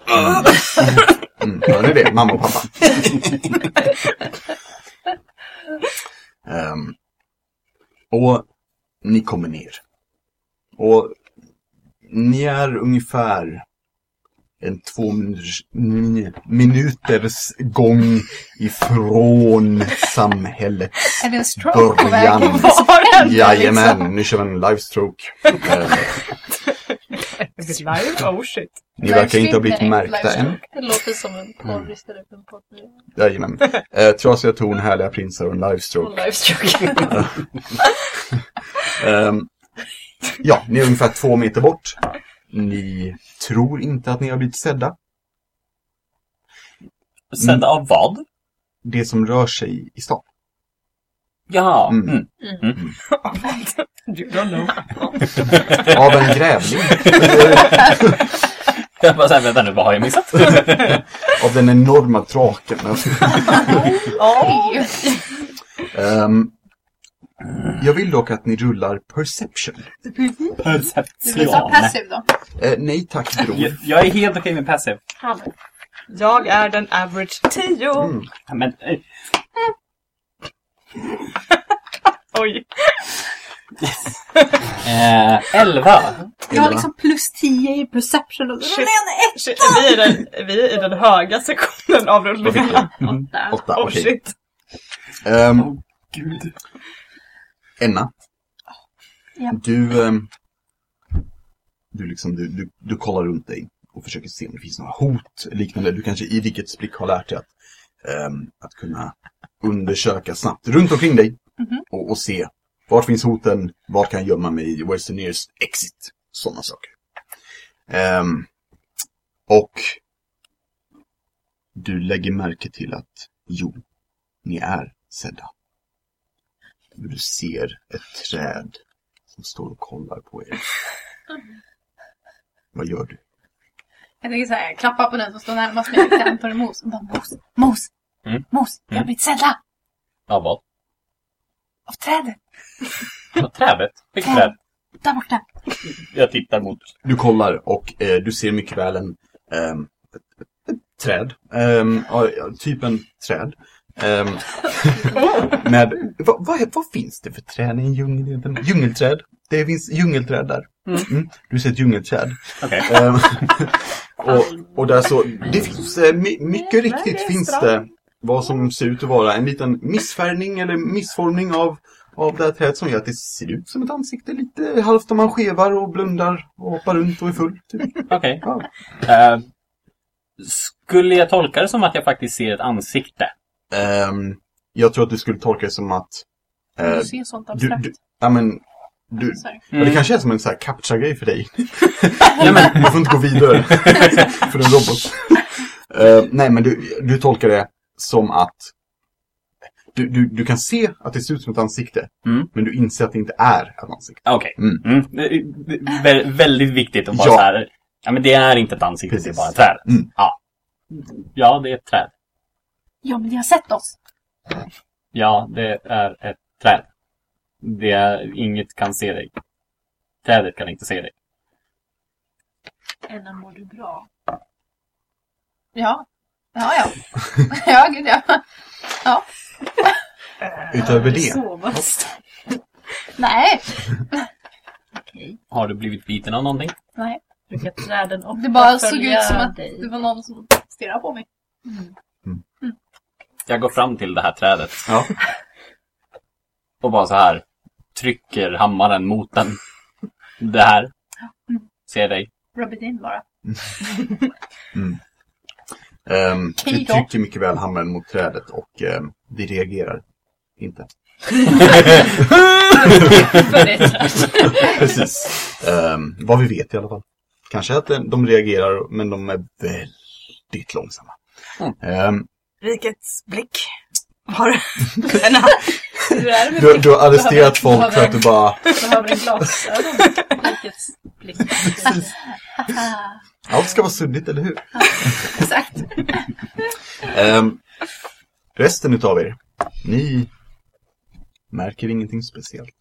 Mm, ja, det är det. Mamma och pappa. um, och ni kommer ner. Och ni är ungefär en två minuters, minuters gång ifrån samhället. Är det en stroke på början. vägen? Jajamän, nu kör vi en live stroke. Live? Oh shit. Ni verkar inte ha blivit märkta än. Det låter som en porrlistare på en podd. Jajamän. Eh, trasiga ton, härliga prinsar och en live stroke. Live stroke. um, ja, ni är ungefär två meter bort. Ni tror inte att ni har blivit sedda. Sedda av vad? Det som rör sig i stan. Ja. Mm. Mm. Mm. You don't know. Av en grävling. Jag bara säger, vänta nu, vad har jag missat? Av den enorma draken. um, jag vill dock att ni rullar perception. Perception. Du vill ta passiv då? Eh, nej tack bror. Jag, jag är helt okej med passiv. Jag är den average tio. Mm. Men, eh, Oj. eh, elva. Jag har liksom plus tio i perception och Shit. Shit. Vi, är den, vi är i den höga sektionen av rullningen. Mm. Åtta, Oh okej. shit. Um, Gud. Enna. Ja. Du, um, du, liksom, du, du, du kollar runt dig och försöker se om det finns några hot liknande. Du kanske i rikets blick har lärt dig att, um, att kunna undersöka snabbt runt omkring dig Mm-hmm. och, och se vart finns hoten, vart kan jag gömma mig, where's the nearest exit, sådana saker. Um, och du lägger märke till att jo, ni är sedda. Du ser ett träd som står och kollar på er. Vad gör du? Jag tänker så här, jag klappar på den som står närmast mig till Anton Mos. Och bara, Mos, Mos, Mm. Mos, jag har blivit sedda Ja, vad? av trädet. Ja, trädet. Vilket träd? Där borta. Jag tittar mot. Du kollar och eh, du ser mycket väl en um, ett, ett träd. Um, ja, typ en träd. Um, med, vad, vad, vad finns det för träd i en djungel? En djungelträd? det finns djungelträd där. Mm. Du ser ett djungelträd. Okej. Ehm, och, och där så, det finns eh, my, mycket riktigt finns det vad som ser ut att vara en liten missfärgning eller missformning av, av det här trädet som gör att det ser ut som ett ansikte lite halvt om man skevar och blundar och hoppar runt och är full. Typ. Okej. Ja. Eh, skulle jag tolka det som att jag faktiskt ser ett ansikte? Ehm, jag tror att du skulle tolka det som att eh, Du ser sånt du, abstrakt. du, ja men du, Så här. ja, det kanske är som en så här capture-grej för dig. Ja, men, Du får inte gå vidare för en robot. Uh, nej, men du, du tolkar det som att du, du, du kan se att det ser ut som ett ansikte, Mm. men du inser att det inte är ett ansikte. okej. Mm. Mm. Vä- vä- väldigt viktigt att vara Ja. så här. Ja, men det är inte ett ansikte, Precis. det är bara ett träd. Mm. Ja. Ja, det är ett träd. Ja, men de har sett oss. Ja, det är ett träd. Det är, inget kan se dig. Trädet kan inte se dig. Ännu mår du bra. Ja. Ja, ja. Ja, gud ja. Ja. Utöver det, Sovas. Nej. Okej. Har du blivit biten av någonting? Nej. Brukar träden ofta Det bara såg följa ut som att dig? det var någon som stirrade på mig. Jag går fram till det här trädet. ja. Och bara så här trycker hammaren mot den. Det här. Ser dig. Rub it in bara. Mm. Um, du Okej då. trycker mycket väl hammaren mot trädet och um, det reagerar inte. För det är träd. Precis. Um, vad vi vet i alla fall. Kanske att de, de reagerar, men de är väldigt långsamma. Um, Rikets blick. Har en Hur är det med du, blick? du har arresterat Behöver- folk för att du bara... Behöver en glasögon? Rikets blick. Allt ska vara suddigt, eller hur? Exakt. Um, resten utav er, ni märker ingenting speciellt.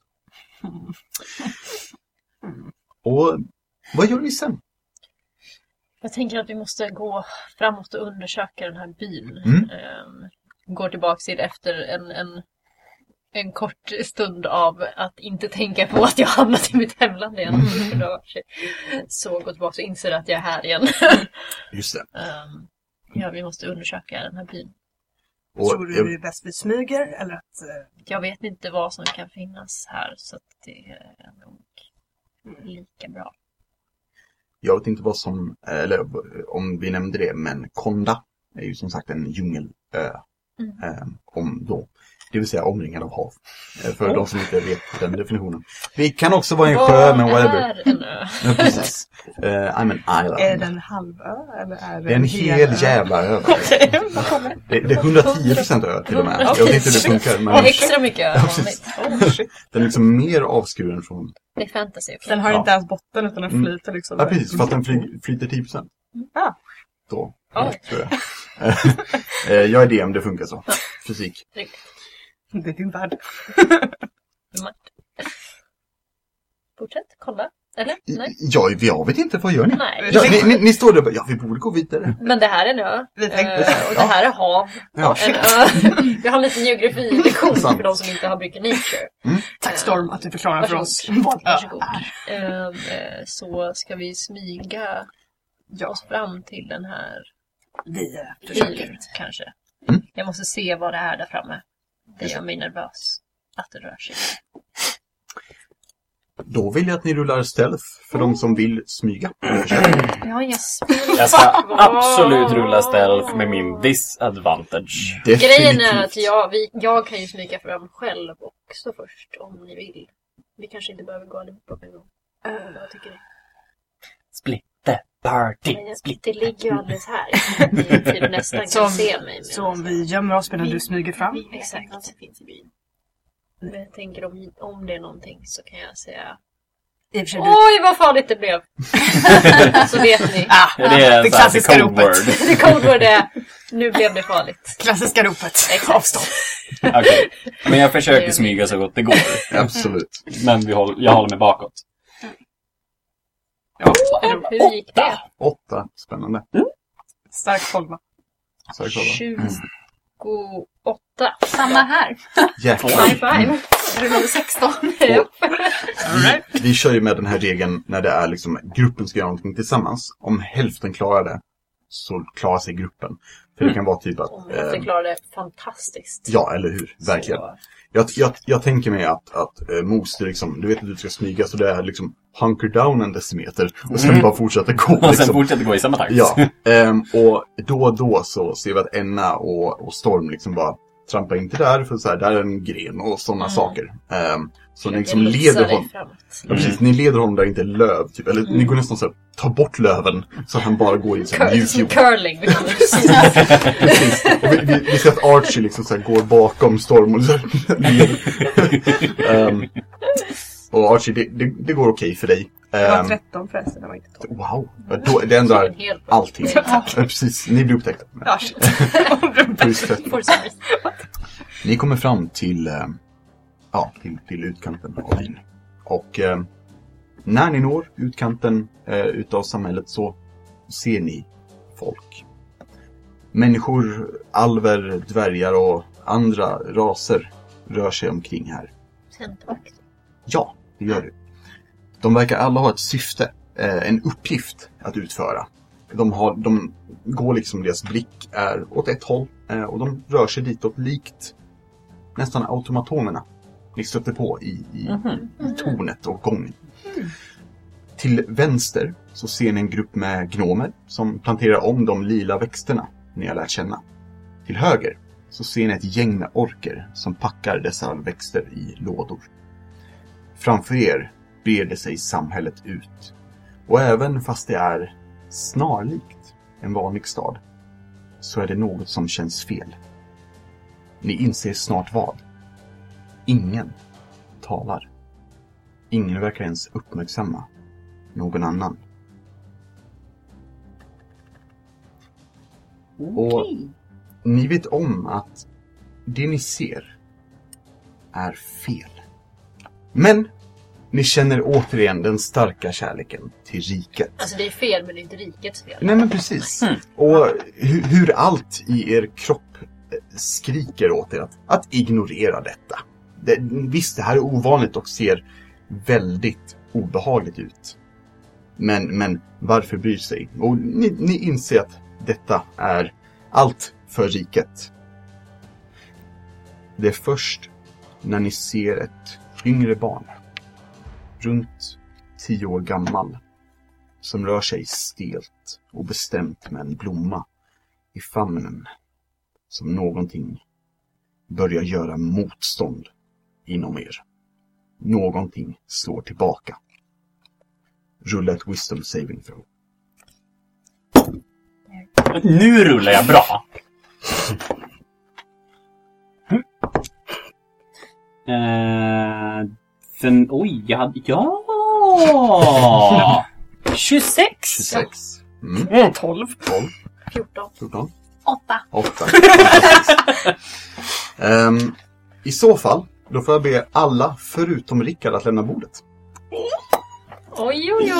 Och vad gör ni sen? Jag tänker att vi måste gå framåt och undersöka den här byn. Mm. Ehm, går tillbaka till efter en, en, en kort stund av att inte tänka på att jag hamnat i mitt hemland igen. Mm. För då, så gå tillbaka och inser att jag är här igen. Just det. Ehm, ja, vi måste undersöka den här byn. Och, Tror du det är bäst vi smyger eller att... eh, Jag vet inte vad som kan finnas här, så att det är nog lika bra. jag vet inte vad som, eller om vi nämnde det, men Konda är ju som sagt en djungelö. Mm. Eh, om då, det vill säga omringad av hav. Eh, för de som inte vet den definitionen. Det kan också vara en sjö, men whatever. är en ö? Ja, precis. Uh, I'm an island. Är det en halvö eller är det Det är en hel ö? jävla ö. Det, det är hundratio procent ö till och med. Jag vet inte hur det funkar. Det Men är extra mycket ö. precis. Oh, shit. den är liksom mer avskuren från... Det är fantasy, okej. Den har Ja. inte ens botten utan den Mm. flyter liksom. Ja, precis. För att den fly, flyter tio procent. Ja. Då, Oj. tror jag. Eh, jag är D M, det funkar så. Fysik. Det är din värld. Fortsätt, kolla. Eller? Nej. Ja, jag vet inte, vad gör ni? Nej. Ja, ni, ni, ni står där och bara, ja, vi borde gå vidare. Men det här är en ö. Vi tänkte Eh, så. och det här är hav. Ja, En ö. Vi har en liten geografi-lektion Sant. för de som inte har brukat nature. Tack Storm att du förklarar för oss Varsågod. vad Varsågod. Eh, eh, Så ska vi smyga Ja, oss fram till den här vi eh, försöker. bilen, kanske. Mm. Jag måste se vad det är där framme. Det gör mig nervös. Att det rör sig. Då vill jag att ni rullar stealth för de som vill smyga. Jag har inga spel. Jag ska absolut rulla stealth med min disadvantage. Grejen är att jag, vi, jag kan ju smyga fram själv också först om ni vill. Vi kanske inte behöver gå allihopa på en gång. Uh, vad tycker ni? Split the party. Men jag, Split. det ligger ju alldeles här. Ni typ nästan Så kan om- se mig. med. Så om vi gömmer oss medan du smyger fram. Exakt. Vad som finns i byn. Men jag tänker om, om det är någonting så kan jag säga I och för sig, du... oj vad farligt det blev. Så vet ni. Ah, Ja, det är det så här klassiska code ropet. word. Det code word är nu blev det farligt. Klassiska ropet. Exakt. Avstånd. Okej. Men jag försöker smyga så gott det går. Absolut. Men vi håller, jag håller mig bakåt. Ja, Hur gick det? åtta. Spännande. Stark tolva. Så jag kollar. tjugoåtta. Samma här. Jäklar. High five. Jag rullade sexton. Vi, vi kör ju med den här regeln när det är liksom gruppen ska göra någonting tillsammans. Om hälften klarar det så klarar sig gruppen. För det kan vara typ att... Om hälften eh, klarar det fantastiskt. Ja, eller hur? Verkligen. Så, Jag, jag, jag tänker mig att, att äh, Moster liksom, du vet att du ska smyga så det är liksom hunker down en decimeter och sen Mm. bara fortsätta gå. Och sen Liksom. fortsätter gå i samma takt. Ja, ehm, och då och då så ser vi att Enna och, och Storm liksom bara trampar inte där för så här, där är en gren och sådana Mm. saker. Ehm, så ni jag liksom lotsar leder dig honom. framåt. Ja, precis, ni leder honom där det inte är löv typ, eller ni går nästan så här, ta bort löven så att han bara går i så här Cur- mjuk som jord. curling. vi kan det. Precis. Och vi, vi, vi ser att Archie liksom så här går bakom Storm och så här, leder. um, och Archie, det, det, det går okej för dig. Jag var Ehm, tretton förresten, jag var inte tolv. wow, då, det ändrar En hel- allting. Ja, precis, ni blir upptäckta. Ja, shit. Plus tretton. For some reason. Ni kommer fram till, eh, ja, till, till utkanten av byn. Och eh, när ni når utkanten eh, utav samhället så ser ni folk. Människor, alver, dvärgar och andra raser rör sig omkring här. Tentvakt. Ja, det gör du. De verkar alla ha ett syfte, eh, en uppgift att utföra. De, har, de går liksom, deras blick är åt ett håll eh, och de rör sig ditåt likt nästan automatonerna ni stötte på i, i, i tornet och gången. Till vänster så ser ni en grupp med gnomer som planterar om de lila växterna ni har lärt känna. Till höger så ser ni ett gäng med orker som packar dessa växter i lådor. Framför er breder sig samhället ut. Och även fast det är snarlikt en vanlig stad så är det något som känns fel. Ni inser snart vad. Ingen talar. Ingen verkar ens uppmärksamma någon annan. Och ni vet om att det ni ser är fel. Men ni känner återigen den starka kärleken till riket. Alltså det är fel, men det är inte rikets fel. Nej men precis. Mm. Och hur, hur allt i er kropp eh, skriker åt er att, att ignorera detta. Det, visst, det här är ovanligt och ser väldigt obehagligt ut. Men, men varför bryr sig? Och ni, ni inser att detta är allt för riket. Det är först när ni ser ett yngre barn, runt tio år gammal, som rör sig stelt och bestämt med en blomma i famnen, som någonting börjar göra motstånd inom er. Någonting slår tillbaka. Rulla ett wisdom saving throw. Nu rullar jag bra. Eh, sen, oj, jag hade... Ja! tjugosex! tjugosex. Mm. Mm, tolv. tolv. fjorton. fjorton. Åtta. åtta. um, I så fall, då får jag be alla förutom Rickard att lämna bordet. Oj, oj, oj.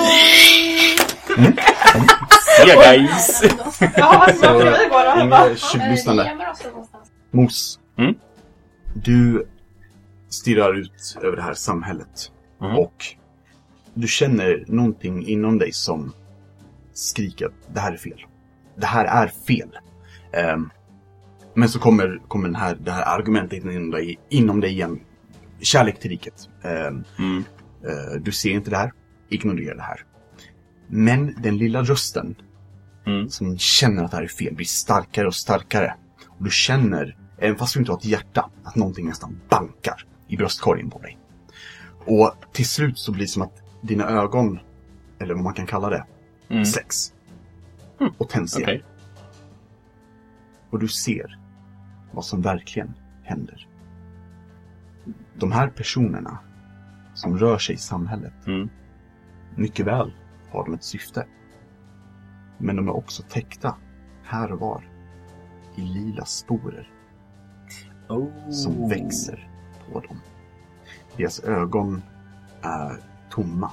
Yeah, guys! Ja, Så, så det bara. inga tjuvlyssnande. Mos, Mm. du stirrar ut över det här samhället. Mm. Och du känner någonting inom dig som skriker att det här är fel. Det här är fel. Um, men så kommer, kommer den här, det här argumentet inom dig, inom dig igen. Kärlek till riket. Um, Mm. uh, du ser inte det här. Ignorera det här. Men den lilla rösten Mm. som känner att det här är fel blir starkare och starkare. Och du känner, även fast du inte har ett hjärta, att någonting nästan bankar i bröstkorgen på dig. Och till slut så blir det som att dina ögon, eller vad man kan kalla det, Mm. sex. Och tänds igen. Okej. Och du ser vad som verkligen händer. De här personerna som rör sig i samhället, Mm. mycket väl har de ett syfte. Men de är också täckta här och var i lila sporer Oh. som växer på dem. Deras ögon är tomma.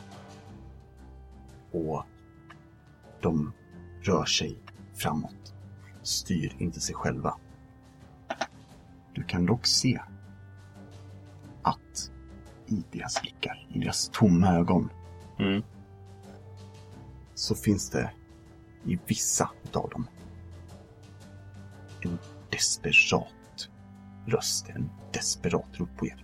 Och de rör sig framåt. Styr inte sig själva. Du kan dock se att i deras blickar, i deras tomma ögon, Mm. så finns det i vissa av dem en desperat röst, en desperat rop på hjälp.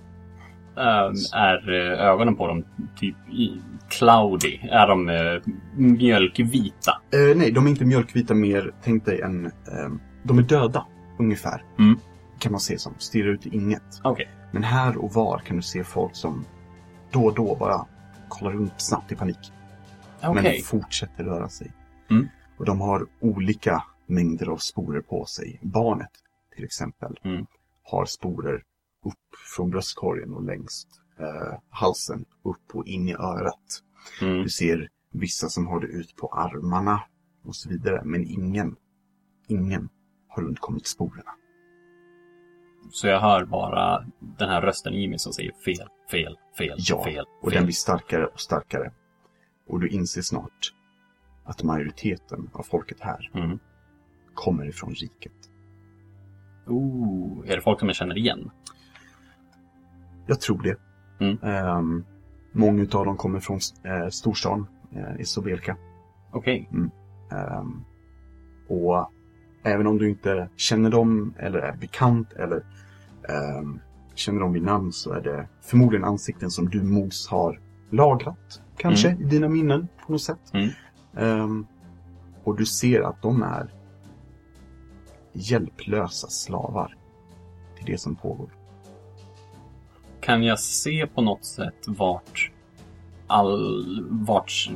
Uh, är uh, ögonen på dem typ i, cloudy? Är de uh, mjölkvita? Eh, nej, de är inte mjölkvita mer, tänk dig en... Eh, de är döda, ungefär. Mm. Kan man se som, stirrar ut i inget. Okej. Okay. Men här och var kan du se folk som då och då bara kollar runt snabbt i panik. Okay. Men fortsätter röra sig. Mm. Och de har olika mängder av sporer på sig. Barnet, till exempel, mm. har sporer upp från bröstkorgen och längst eh, halsen, upp och in i örat. Mm. Du ser vissa som har det ut på armarna och så vidare. Men ingen, ingen har undkommit sporerna. Så jag hör bara den här rösten i mig som säger fel, fel, fel, ja, fel. och fel. den blir starkare och starkare. Och du inser snart att majoriteten av folket här mm. kommer ifrån riket. Oh, är det folk som jag känner igen? Jag tror det. Mm. Um, många av dem kommer från uh, storstan uh, i Sobelka. Okej. Okay. Mm. Um, och även om du inte känner dem eller är bekant eller um, känner dem vid namn, så är det förmodligen ansikten som du Mos har lagrat. Kanske mm. i dina minnen på något sätt. Mm. Um, och du ser att de är hjälplösa slavar till det som pågår. Kan jag se på något sätt vart all... vart...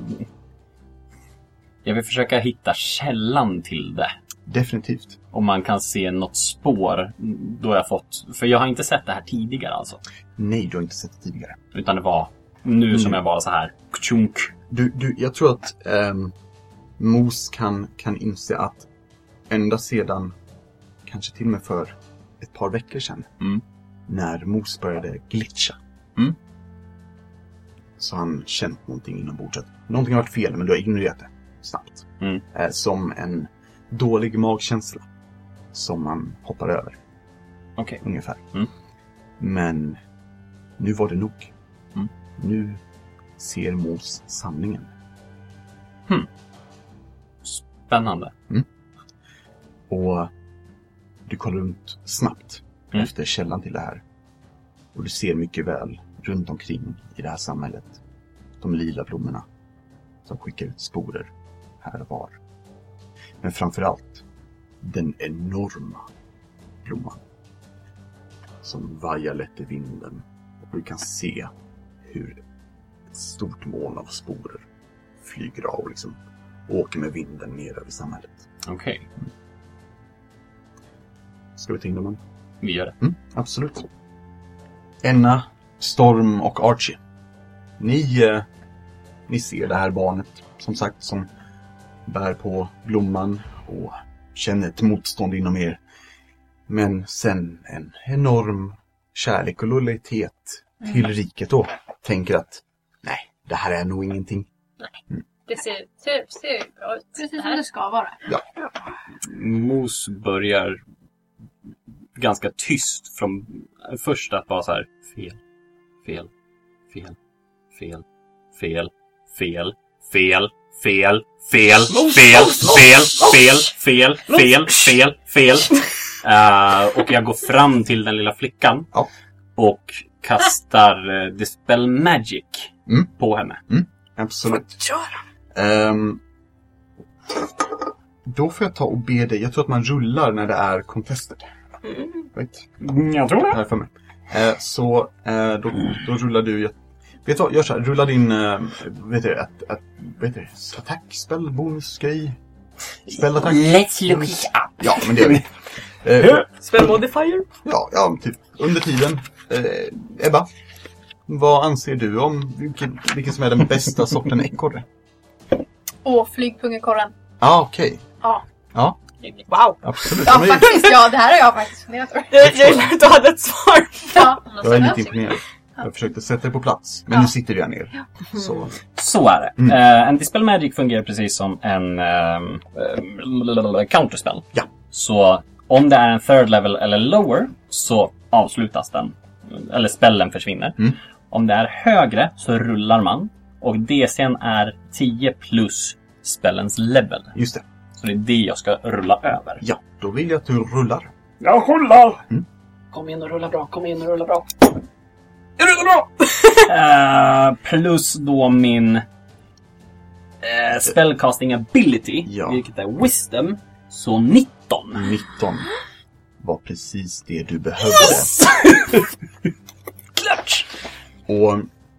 Jag vill försöka hitta källan till det. Definitivt. Om man kan se något spår då jag fått... För jag har inte sett det här tidigare alltså. Nej, du har inte sett det tidigare. Utan det var nu mm. som jag var så här... Kchunk. Du, du, jag tror att um, Mos kan, kan inse att ända sedan, kanske till och med för ett par veckor sedan, mm. när Mos började glitcha, mm. så har han känt någonting inombords. Någonting har varit fel, men du har ignorerat det snabbt. Mm. Eh, som en dålig magkänsla som man hoppar över. Okej. Okay. Ungefär. Mm. Men nu var det nog. Mm. Nu ser Mos sanningen. Hmm. Spännande. Mm. Och du kollar runt snabbt mm. efter källan till det här. Och du ser mycket väl runt omkring i det här samhället de lila blommorna som skickar ut sporer här och var. Men framförallt den enorma blomman som vajar lätt i vinden. Och du kan se hur ett stort moln av sporer flyger av och liksom åker med vinden ner över samhället. Okej. Okay. Mm. Ska vi ta in dem? Vi gör det. Mm, absolut. Enna, Storm och Archie. Ni, eh, ni ser det här barnet, som sagt, som bär på blomman och känner ett motstånd inom er. Men sen en enorm kärlek och lojalitet mm. till riket då. Tänker att, nej, det här är nog ingenting. Nej, mm. det ser, ser, ser bra ut. Precis som det ska vara. Ja. Mos börjar ganska tyst från först att vara så här fel, fel, fel, fel, fel, fel, fel, fel, fel, fel, fel, fel, fel, fel, fel. Uh, och jag går fram till den lilla flickan ja. och kastar uh, Dispel Magic mm. på henne. Mm. Absolut. Um, då får jag ta och be dig. Jag tror att man rullar när det är contested. Mm. Right? Jag tror det. Här för mig. Uh, så uh, då, då rullar du. Vet du vad? Gör så här. Rulla din uh, vet du, ett, ett, vet du, attack, spell, bonus, grej. Spellattack. Let's look it up. Ja, men det är vi. Uh, spell modifier? Ja, ja, typ. Under tiden. Uh, Ebba. Vad anser du om vilken, vilken som är den bästa sorten ekorre? Åh, flygpungekorren. Ja, ah, okej. Okay. Ja. Ja. Wow. Absolut. Ja, faktiskt. Ja, det här har jag faktiskt funderat över. Jag gillar att du hade ett svar. Ja. Jag är lite imponerad. Jag försökte sätta dig på plats. Men ja. Nu sitter jag ner. Ja. Så. Så är det. Mm. Uh, en Dispel Magic fungerar precis som en um, uh, counterspell. Ja. Så om det är en third level eller lower så avslutas den. Eller spellen försvinner. Mm. Om det är högre så rullar man. Och D C:n är tio plus spellens level. Just det. Så det är det jag ska rulla över. Ja, då vill jag att du rullar. Jag rullar! Mm. Kom igen och rulla bra, kom igen och rulla bra. Jag rullar bra! Uh, plus då min uh, spellcasting ability, Ja. vilket är wisdom, så nitton. nitton var precis det du behövde. Klart! Och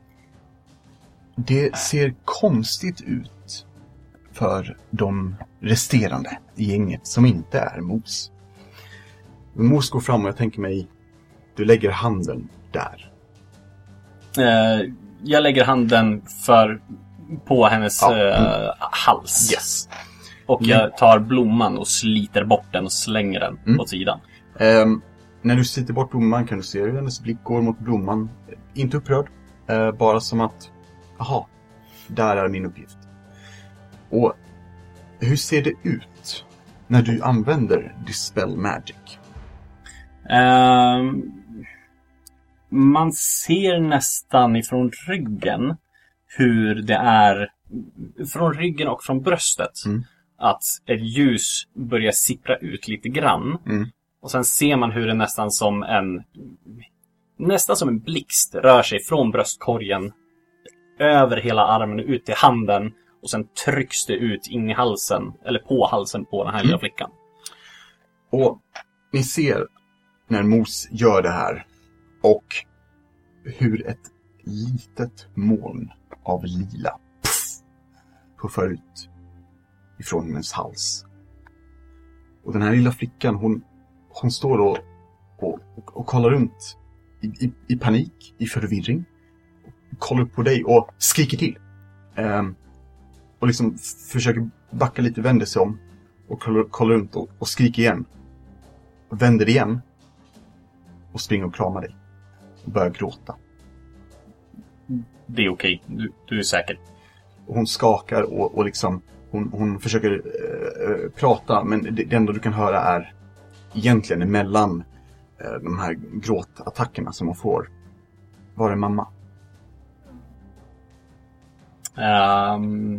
det ser konstigt ut för de resterande i gänget som inte är Mos. Mos går fram och jag tänker mig, du lägger handen där. Uh, jag lägger handen för, på hennes Ja, mm. uh, hals. Yes. Och jag tar blomman och sliter bort den och slänger den Mm. åt sidan. Um, när du sliter bort blomman kan du se hur hennes blick går mot blomman. Inte upprörd, uh, bara som att, aha, där är min uppgift. Och hur ser det ut när du använder Dispel Magic? Uh, man ser nästan ifrån ryggen hur det är, från ryggen och från bröstet, Mm. att ett ljus börjar sippra ut lite grann. Mm. Och sen ser man hur det nästan som en nästan som en blixt rör sig från bröstkorgen över hela armen och ut till handen. Och sen trycks det ut in i halsen, eller på halsen på den här Mm. lilla flickan. Och ni ser när Mos gör det här och hur ett litet moln av lila puff, puffar ut ifrån hennes hals. Och den här lilla flickan, hon, hon står och, och, och, och kollar runt i, i, i panik, i förvirring. Kollar upp på dig och skriker till. Ehm, och liksom f- försöker backa lite, vänder sig om och kollar, kollar runt och, och skriker igen. Vänder igen och springer och kramar dig. Och börjar gråta. Det är okej, du, du är säker. Och hon skakar och, och liksom hon, hon försöker eh, prata, men det, det enda du kan höra är egentligen emellan eh, de här gråtattackerna som hon får. Var är mamma? Um,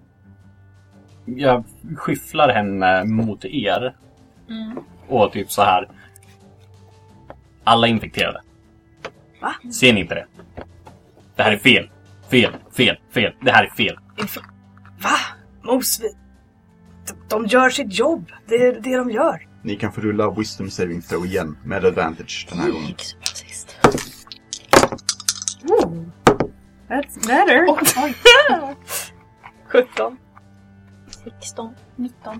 jag skyfflar henne mot er. Mm. Och typ så här. Alla är infekterade. Va? Ser ni inte det? Det här är fel. Fel, fel, fel. Det här är fel. Va? Mos, vi... de, de gör sitt jobb. Det är det de gör. Ni kan få rulla Wisdom Saving Throw igen med advantage den här gången. Sist. Ooh. That's better. Oj, oj. sjutton. sexton, nitton.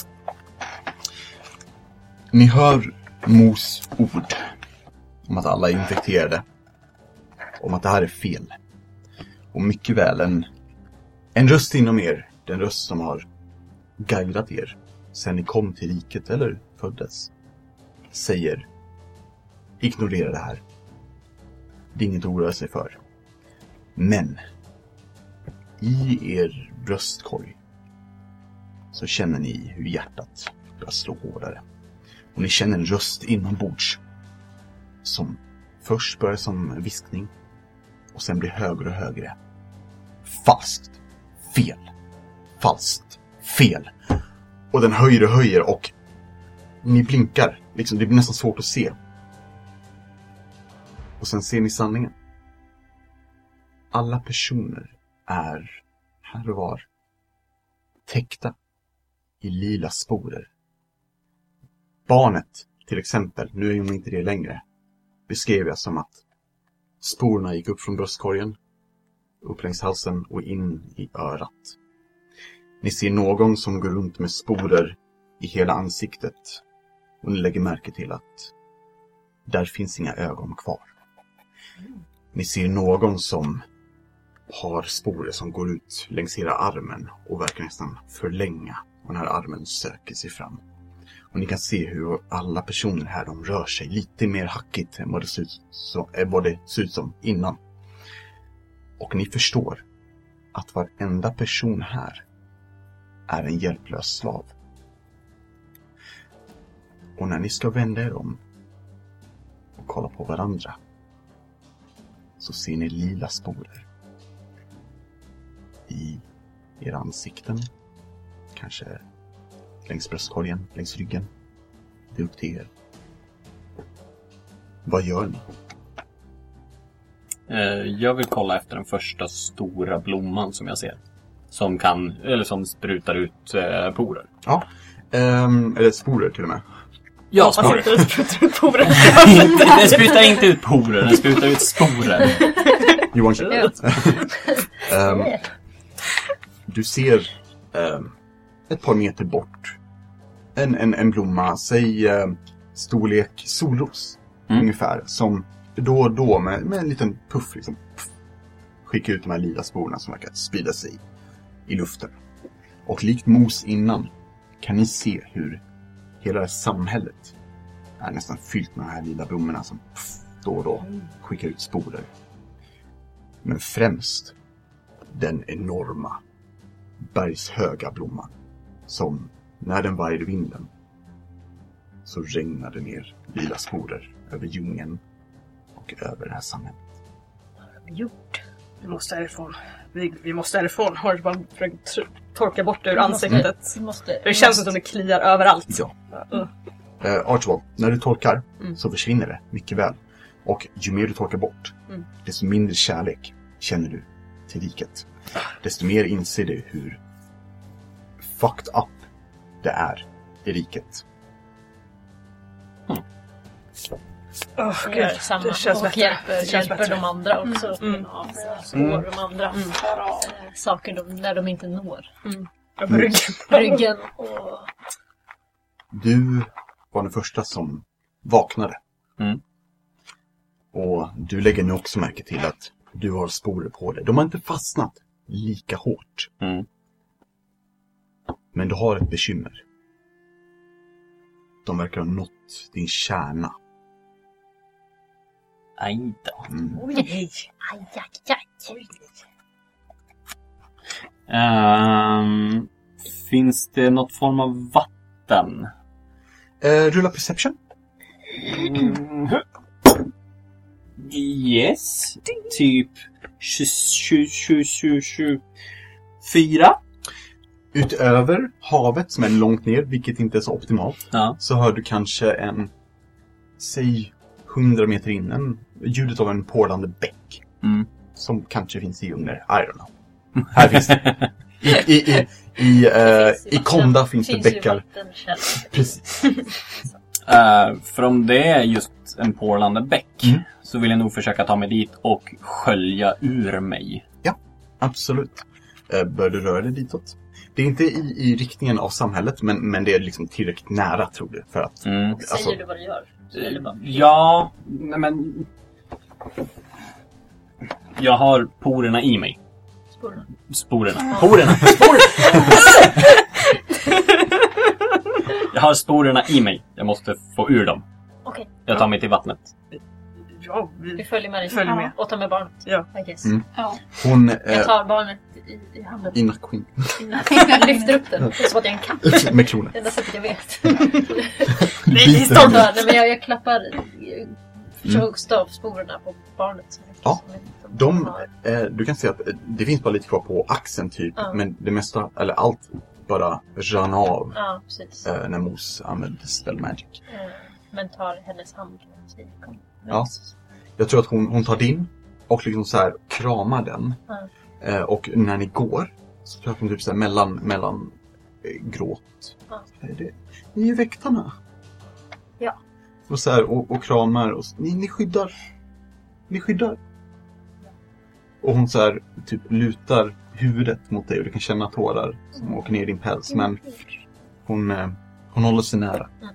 Ni hör Mos ord om att alla är infekterade. Om att det här är fel. Och mycket väl en, en röst inom er. Den röst som har guidat er sen ni kom till riket eller föddes. Säger: ignorera det här. Det är inget att oroa sig för. Men i er bröstkorg så känner ni hur hjärtat börjar slå hårdare. Och ni känner en röst inombords som först börjar som viskning och sen blir högre och högre. Falskt. Fel. Falskt. Fel. Och den höjer och höjer och ni blinkar. Liksom, det blir nästan svårt att se. Och sen ser ni sanningen. Alla personer är här och var täckta i lila sporer. Barnet, till exempel, nu är hon inte det längre, beskrev jag som att sporerna gick upp från bröstkorgen, upp längs halsen och in i örat. Ni ser någon som går runt med sporer i hela ansiktet och ni lägger märke till att där finns inga ögon kvar. Ni ser någon som har sporer som går ut längs hela armen och verkar nästan förlänga och den här armen söker sig fram. Och ni kan se hur alla personer här, de rör sig lite mer hackigt än vad det ser ut som, vad det ser ut som innan. Och ni förstår att varenda person här är en hjälplös slav. Och när ni ska vända er om och kolla på varandra så ser ni lila sporer. I era ansikten. Kanske längs bröstkorgen, längs ryggen. Det är upp till er. Vad gör ni? Jag vill kolla efter den första stora blomman som jag ser. Som kan, eller som sprutar ut eh, porer. Ja, um, eller sporer till och med. Ja, sporer. sporer. Den sprutar inte ut porer, den sprutar ut sporer. Johan um, Du ser um, ett par meter bort en, en, en blomma, säg um, storlek solros mm. ungefär, som då och då med, med en liten puff liksom puff, skickar ut de här lila sporerna som verkar sprida sig i luften. Och likt mos innan kan ni se hur hela det samhället är nästan fyllt med de här lila blommorna som pff, då och då skickar ut sporer. Men främst den enorma bergshöga blomman som när den vajar i vinden så regnar det ner lila sporer över djungeln och över det här samhället. Gjort. Vi måste härifrån. Vi, vi måste härifrån. Har du bara försökt torka bort det ur ansiktet? Vi måste, det känns som att det kliar överallt. Ja. Uh. Uh, Archibald, när du torkar mm. så försvinner det mycket väl. Och ju mer du torkar bort, mm. desto mindre kärlek känner du till riket. Desto mer inser du hur fucked up det är i riket. Mm. Oh, det, samma. Det känns och hjälper, det känns hjälper de andra också. Mm. Mm. Ja, spår de andra. Mm. Äh, saker de, när de inte når. Mm. Ja, på ryggen. ryggen och... Du var den första som vaknade. Mm. Och du lägger nu också märke till att du har sporer på dig. De har inte fastnat lika hårt. Mm. Men du har ett bekymmer. De verkar ha nått din kärna. Aj då. Mm. Oj, aj, aj, aj. Um, finns det något form av vatten? Uh, rulla perception. Mm. Yes. Typ tjugofyra. Utöver havet som är långt ner, vilket inte är så optimalt, ja. Så hör du kanske en, säg hundra meter in, en, ljudet av en porlande bäck. Mm. Som kanske finns i djungler. I don't know. Här finns det. I, i, i, i, uh, i Konda finns, finns det bäckar. Precis. Uh, för om det är just en porlande bäck mm. så vill jag nog försöka ta mig dit och skölja ur mig. Ja, absolut. Uh, bör du röra dig ditåt? Det är inte i, i riktningen av samhället, men, men det är liksom tillräckligt nära, tror du. För att, mm. alltså, säger du vad du gör? Eller bara... Ja, men... Jag har porerna i mig. Sporerna. Sporerna. Porerna. Sporerna. Jag har sporerna i mig. Jag måste få ur dem. Okej. Okay. Jag tar mig till vattnet. Ja, vi, vi följer med dig. Följer med. Och tar med barnet. Ja. I guess. Mm. Ja. Hon, jag tar barnet i, i handen. I nacken. Jag lyfter upp den. Det är så att jag är en katt. Med klorna. Det enda sättet jag vet. Nej, stopp. Nej, men jag, jag klappar försöker mm. av sporerna på barnet. Ja. De, eh, du kan se att det finns bara lite kvar på axeln typ. Ja. Men det mesta, eller allt, bara rann av. Ja, precis. Eh, när Mos använde spell magic. Mm. Men tar hennes hand. Ja. Jag tror att hon, hon tar din och liksom så här kramar den. Mm. Eh, och när ni går så tror jag att hon typ så här mellan, mellan eh, gråt. Ja. Är det, ni är ju väktarna. Ja. Och så här, och, och kramar. Och, ni, ni skyddar. Ni skyddar. Och hon så här typ lutar huvudet mot dig och du kan känna tårar som åker ner i din päls. Men hon, eh, hon håller sig nära. Mm.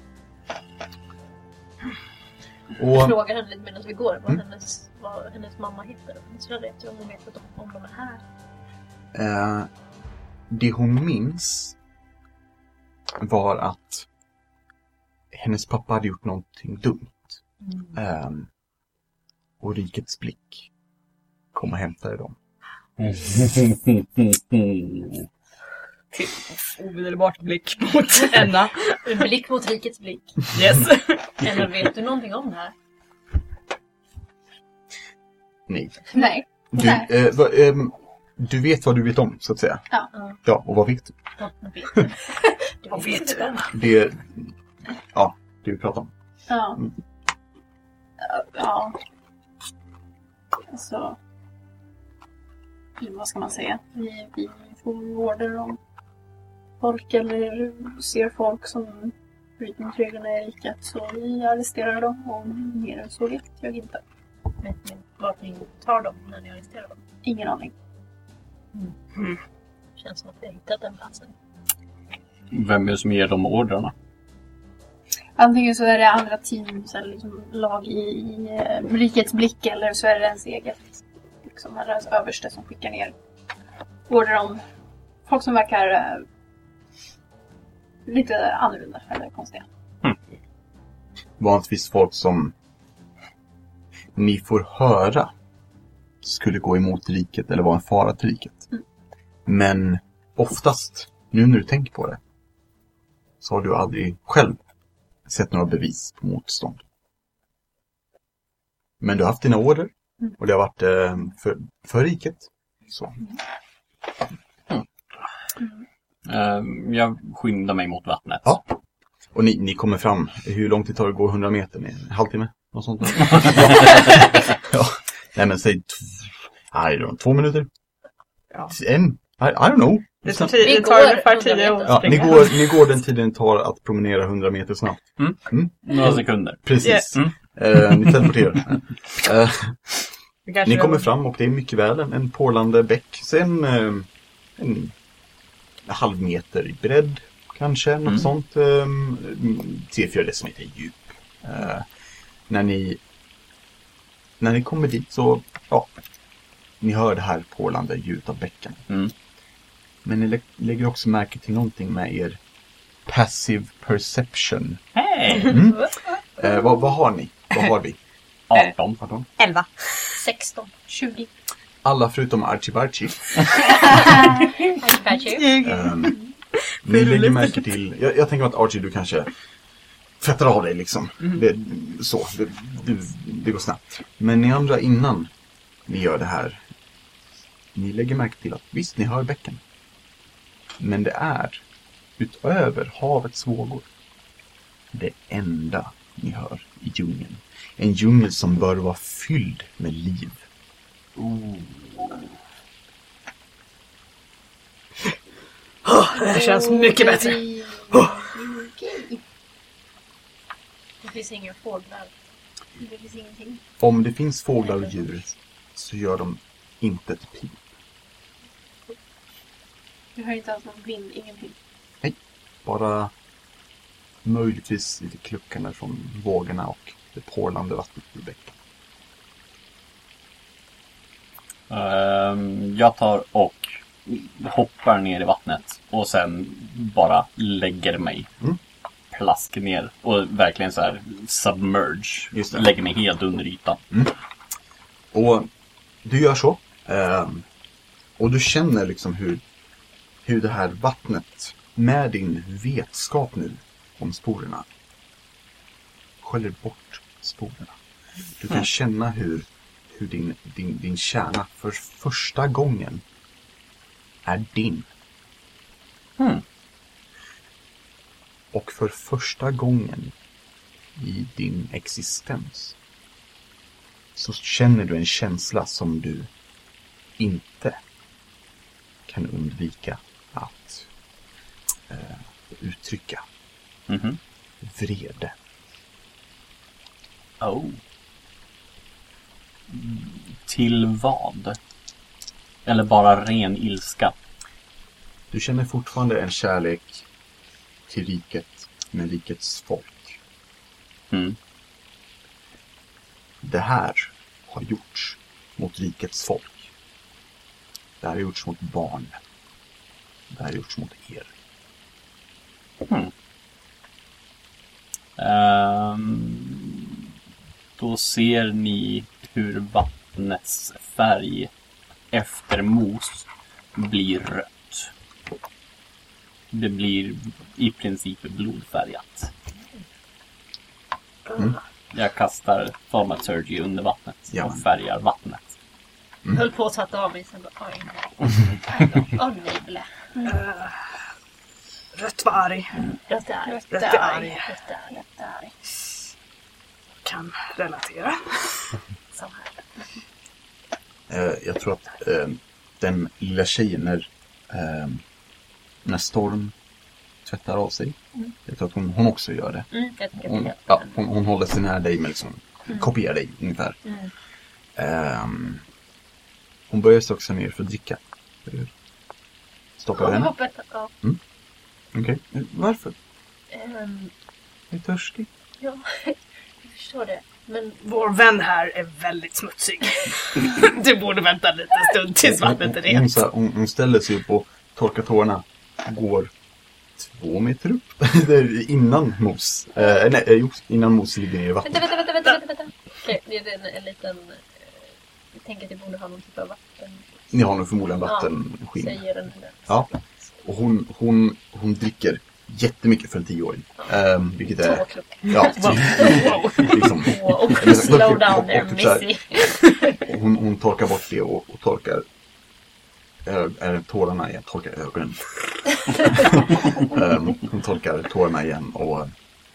Och, jag frågar henne lite medan vi går vad, mm. hennes, vad hennes mamma heter. Så jag vet om hon vet om, om de är här. Eh, det hon minns var att hennes pappa hade gjort någonting dumt. Mm. Eh, och rikets blick kom och hämtade dem. Till omedelbart blick mot Enna. En blick mot rikets blick. Yes. Enna, vet du någonting om det här? Nej. Nej. Du, Nej. eh, va, eh, du vet vad du vet om, så att säga. Ja. Ja, och vad vet du? Vad vet du? Det, ja, det vi pratar om. Ja. Mm. Ja. Alltså. Vad ska man säga? Vi, vi får order om folk eller ser folk som bryter mot reglerna i riket. Så vi arresterar dem och mer än så vet jag inte. Men, men vart ni tar dem när ni arresterar dem? Ingen aning. Mm. Känns som att vi har hittat den platsen. Vem är det som ger de ordrarna? Antingen så är det andra team, så är det liksom lag i, i eh, rikets blick, eller så är det ens eget. Liksom, eller ens överste som skickar ner order om folk som verkar eh, lite annorlunda eller konstiga. Vanligtvis folk som ni får höra skulle gå emot riket eller vara en fara till riket. Mm. Men oftast, nu när du tänker på det, så har du aldrig själv sett några bevis på motstånd. Men du har haft dina order Mm. och det har varit eh, för, för riket. Så. Uh, jag skyndar mig mot vattnet. Ja. Och ni, ni kommer fram. Hur långt det tar att gå hundra meter? En halvtimme? Något sånt där. Ja. Nej men säg t- I don't know, två minuter. Ja. En? I, I don't know. Det tar, Vi det tar går ungefär hundra tio år meter. att Ja, ni, springa. går, ni går den tiden det tar att promenera hundra meter snabbt. Några sekunder. Precis. Yes. Mm. Eh, ni teleporterar. Eh, Det kanske ni kommer är- fram och det är mycket väl en, en porlande bäck. Sen eh, en, en halv meter i bredd kanske. Något Mm. sånt. Eh, tre, fyra decimeter djup. Eh, när ni när ni kommer dit så ja, ni hör det här porlande ljudet av bäcken. Mm. Men ni lä- lägger också märke till någonting med er passive perception. Hej! Mm. Eh, vad, vad har ni? Vad har vi? arton. Pardon? Elva. sexton. tjugo. Alla förutom Archie Archie. um, Ni lägger märke till... Jag, jag tänker att Archie, du kanske fettar av dig liksom. Det, så, det, det, det går snabbt. Men ni andra innan ni gör det här, ni lägger märke till att visst, ni hör bäcken. Men det är utöver havets vågor det enda ni hör i djungeln. En djungel som bör vara fylld med liv. Det här känns mycket bättre. Okej. Det finns inga fåglar. Det finns ingenting. Om det finns fåglar och djur så gör de inte ett pip. Vi har inte alls någon vind, ingenting. Bara möjligtvis lite kluckande från vågorna och det porlande vattnet ur bäcken. Ehm, jag tar och hoppar ner i vattnet och sen bara lägger mig Mm. plask ner och verkligen så här submerge. Just det. Lägger mig helt under ytan. Och du gör så. ehm, och du känner liksom hur, hur det här vattnet med din vetskap nu om sporerna sköljer bort sporerna. Du kan Mm. känna hur, hur din, din, din kärna för första gången är din. Mm. Och för första gången i din existens så känner du en känsla som du inte kan undvika att eh, uttrycka. Mhm. Vrede. Oh. Mm, Till vad? Eller bara ren ilska? Du känner fortfarande en kärlek till riket med rikets folk. Mm. Det här har gjorts mot rikets folk. Det här har gjorts mot barn. Det här har gjorts mot er. Mm. Ehm, då ser ni hur vattnets färg efter mos blir rött. Det blir i princip blodfärgat. Mm. Jag kastar Thaumaturgy under vattnet Ja. och färgar vattnet. Mm. Höll på att tvätta av mig sen bara, oj nej. Åh nej, blä. Uh, rött var arg. Rött är arg. Rött är arg. Rött är arg. Rött är arg. Kan relatera. Så här. Eh, jag tror att eh, den lilla tjejen när, eh, när Storm tvättar av sig. Mm. Jag tror att hon, hon också gör det. Mm, jag tycker Hon, det. ja, hon, hon håller sig nära dig men liksom Mm. kopierar dig ungefär. Mm. Ehm, hon börjar sig också ner för att dricka. Stoppar Ja, henne. hoppet, ja. Okej. Eh, Varför? Ehm, Är du törstig? ja, jag förstår det. Men Vår vän här är väldigt smutsig. Du borde vänta en liten stund tills vattnet är Hon, hon, rent. så här, hon, hon ställer sig upp och torkar tårna. Går två meter upp. Det är innan mos. Eh, nej, eh, jo, innan mos ligger ner i vattnet. vänta, vänta, vänta, vänta, vänta. Okej, det är en, en liten... eh, Jag tänker att jag borde ha någon typ av vatten. Ni har nog förmodligen vattenskinn. Säger den där. Ja. Och hon, hon, hon dricker jättemycket för en tioåring. Um, vilket är... Två klockor. Ja, typ, liksom, Och, och slow down there, och typ så här, Missy. och hon, hon torkar bort det och, och torkar ö, är tårarna igen. Torkar ögonen. um, hon torkar tårarna igen och...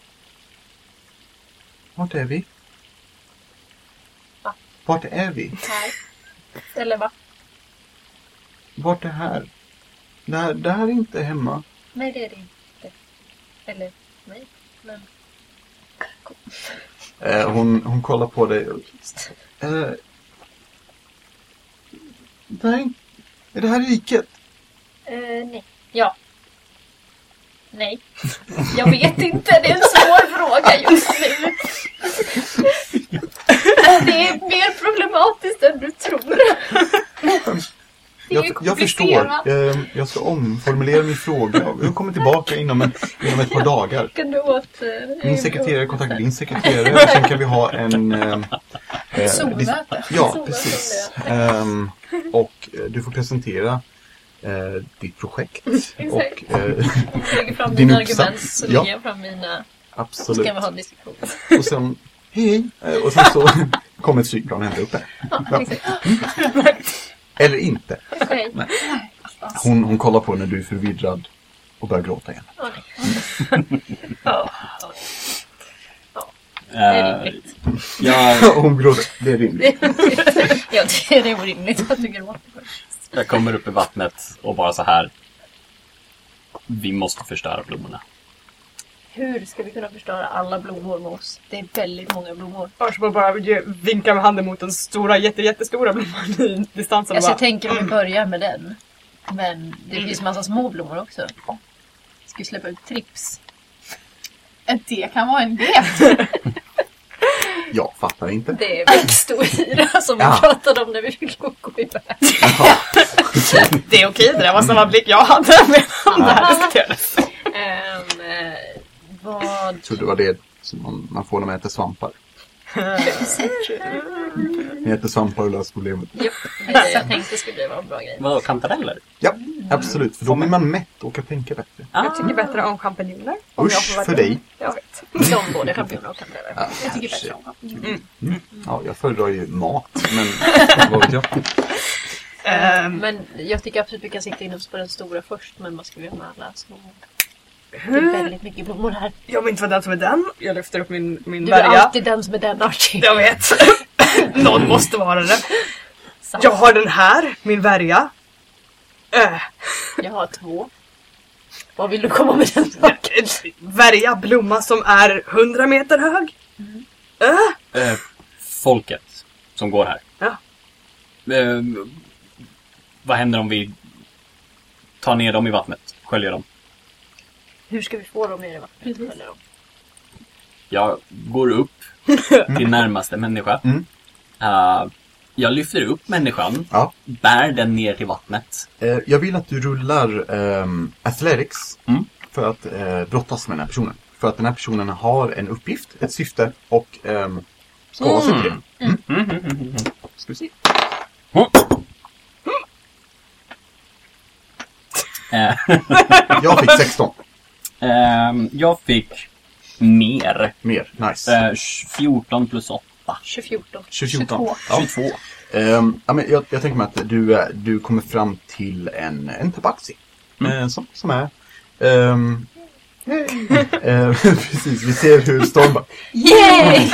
Vart är vi? Va? Vart är vi? Här. Eller va? Vart är här? Det här, det här är inte hemma. Nej, det är det inte. Eller, nej. Men... Eh, hon, hon kollar på dig och... Eh, det här är, inte- är det här riket? Eh, nej. Ja. Nej. Jag vet inte. Det är en svår fråga just nu. Det är mer problematiskt än du tror. Det är Jag, jag förstår. Eh, jag ska omformulera min fråga. Jag kommer tillbaka inom, en, inom ett par dagar. Kan du åt... Min sekreterare kontaktar din sekreterare. Och sen kan vi ha en... Eh, eh, Zoom-möte. dis- Ja, Zoom-möte. precis. Ehm, och eh, du får presentera eh, ditt projekt. Och, eh, Jag lägger fram din mina uppsats. argument så Ja. lägger jag fram mina... Så absolut. kan vi ha en diskussion. Och sen, hej hej. Eh, Och sen så kommer ett flygplan och hämtar upp det. Ja, Ja. exakt. Eller inte. Okej. Hon, hon kollar på när du är förvirrad och börjar gråta igen. Åh, nej. Ja. Det är Eh, rimligt. jag, Och hon gråter. Det är rimligt. Ja, det är orimligt att du gråter först. jag kommer upp i vattnet och bara så här. Vi måste förstöra blommorna. Hur ska vi kunna förstöra alla blommor med oss? Det är väldigt många blommor. Archibald bara ge- vinkar med handen mot den stora, jätte, jättestora blomman i distansen. Alltså Och jag bara, tänker om vi börjar med den. Men det finns massa små blommor också. Ska vi släppa ut trips? Det kan vara en idé. Jag fattar inte. Det är växtohyra som vi Ja. pratade om när vi fick gå iväg. Jaha. det är okej, det där var samma blick jag hade medan det här diskuterades. Um, eh, vad... Jag tror det var det som man, man får när man äter svampar. Ni äter svampar och löser problemet. Japp, det är det jag tänkte skulle vara en bra grej. Vadå, kantareller? Ja, absolut. För då blir man mätt och kan tänka bättre. Jag tycker bättre om champinjoner. Om jag får Usch vara för dum. dig. Jag vet. De både champinjoner och kantareller. Ja, Jag tycker shit. bättre om. Ja, jag föredrar ju mat, men vad vet jag? Ehm, Men jag tycker absolut vi kan sikta in oss på den stora först. Men vad ska vi göra med alla små? Det är väldigt mycket blommor här. jag vill inte vara den som är den. Jag lyfter upp min, min Du är värja. alltid den som är den, Archie. Jag vet. Någon måste vara det. Sant. Jag har den här, min värja. Äh, Jag har två. Vad vill du komma med den saken? värja, blomma som är hundra meter hög. Äh. Eh, folket som går här. Ja. Eh, vad händer om vi tar ner dem i vattnet? Sköljer dem? Hur ska vi få dem ner i vattnet? Eller dem? Jag går upp till närmaste människa. Mm. Eh, jag lyfter upp människan. Ja. Bär den ner till vattnet. Eh, jag vill att du rullar ehm, Athletics Mm. för att eh, brottas med den här personen. För att den här personen har en uppgift, ett syfte och um, ska ha sig till det. Mm. Mm, mm, mm, mm. Ska vi se. Eh, Jag fick sexton. ehm, jag fick mer. Mer, nice. Eh, fjorton plus åtta. tjugofjorton. tjugofjorton. Ja. tjugotvå. Um, ja, men jag, jag tänker mig att du, eh, du kommer fram till en, en tabaxi. Mm. Eh, som, som är... Um, eh, precis, vi ser hur Storm bara... Yay!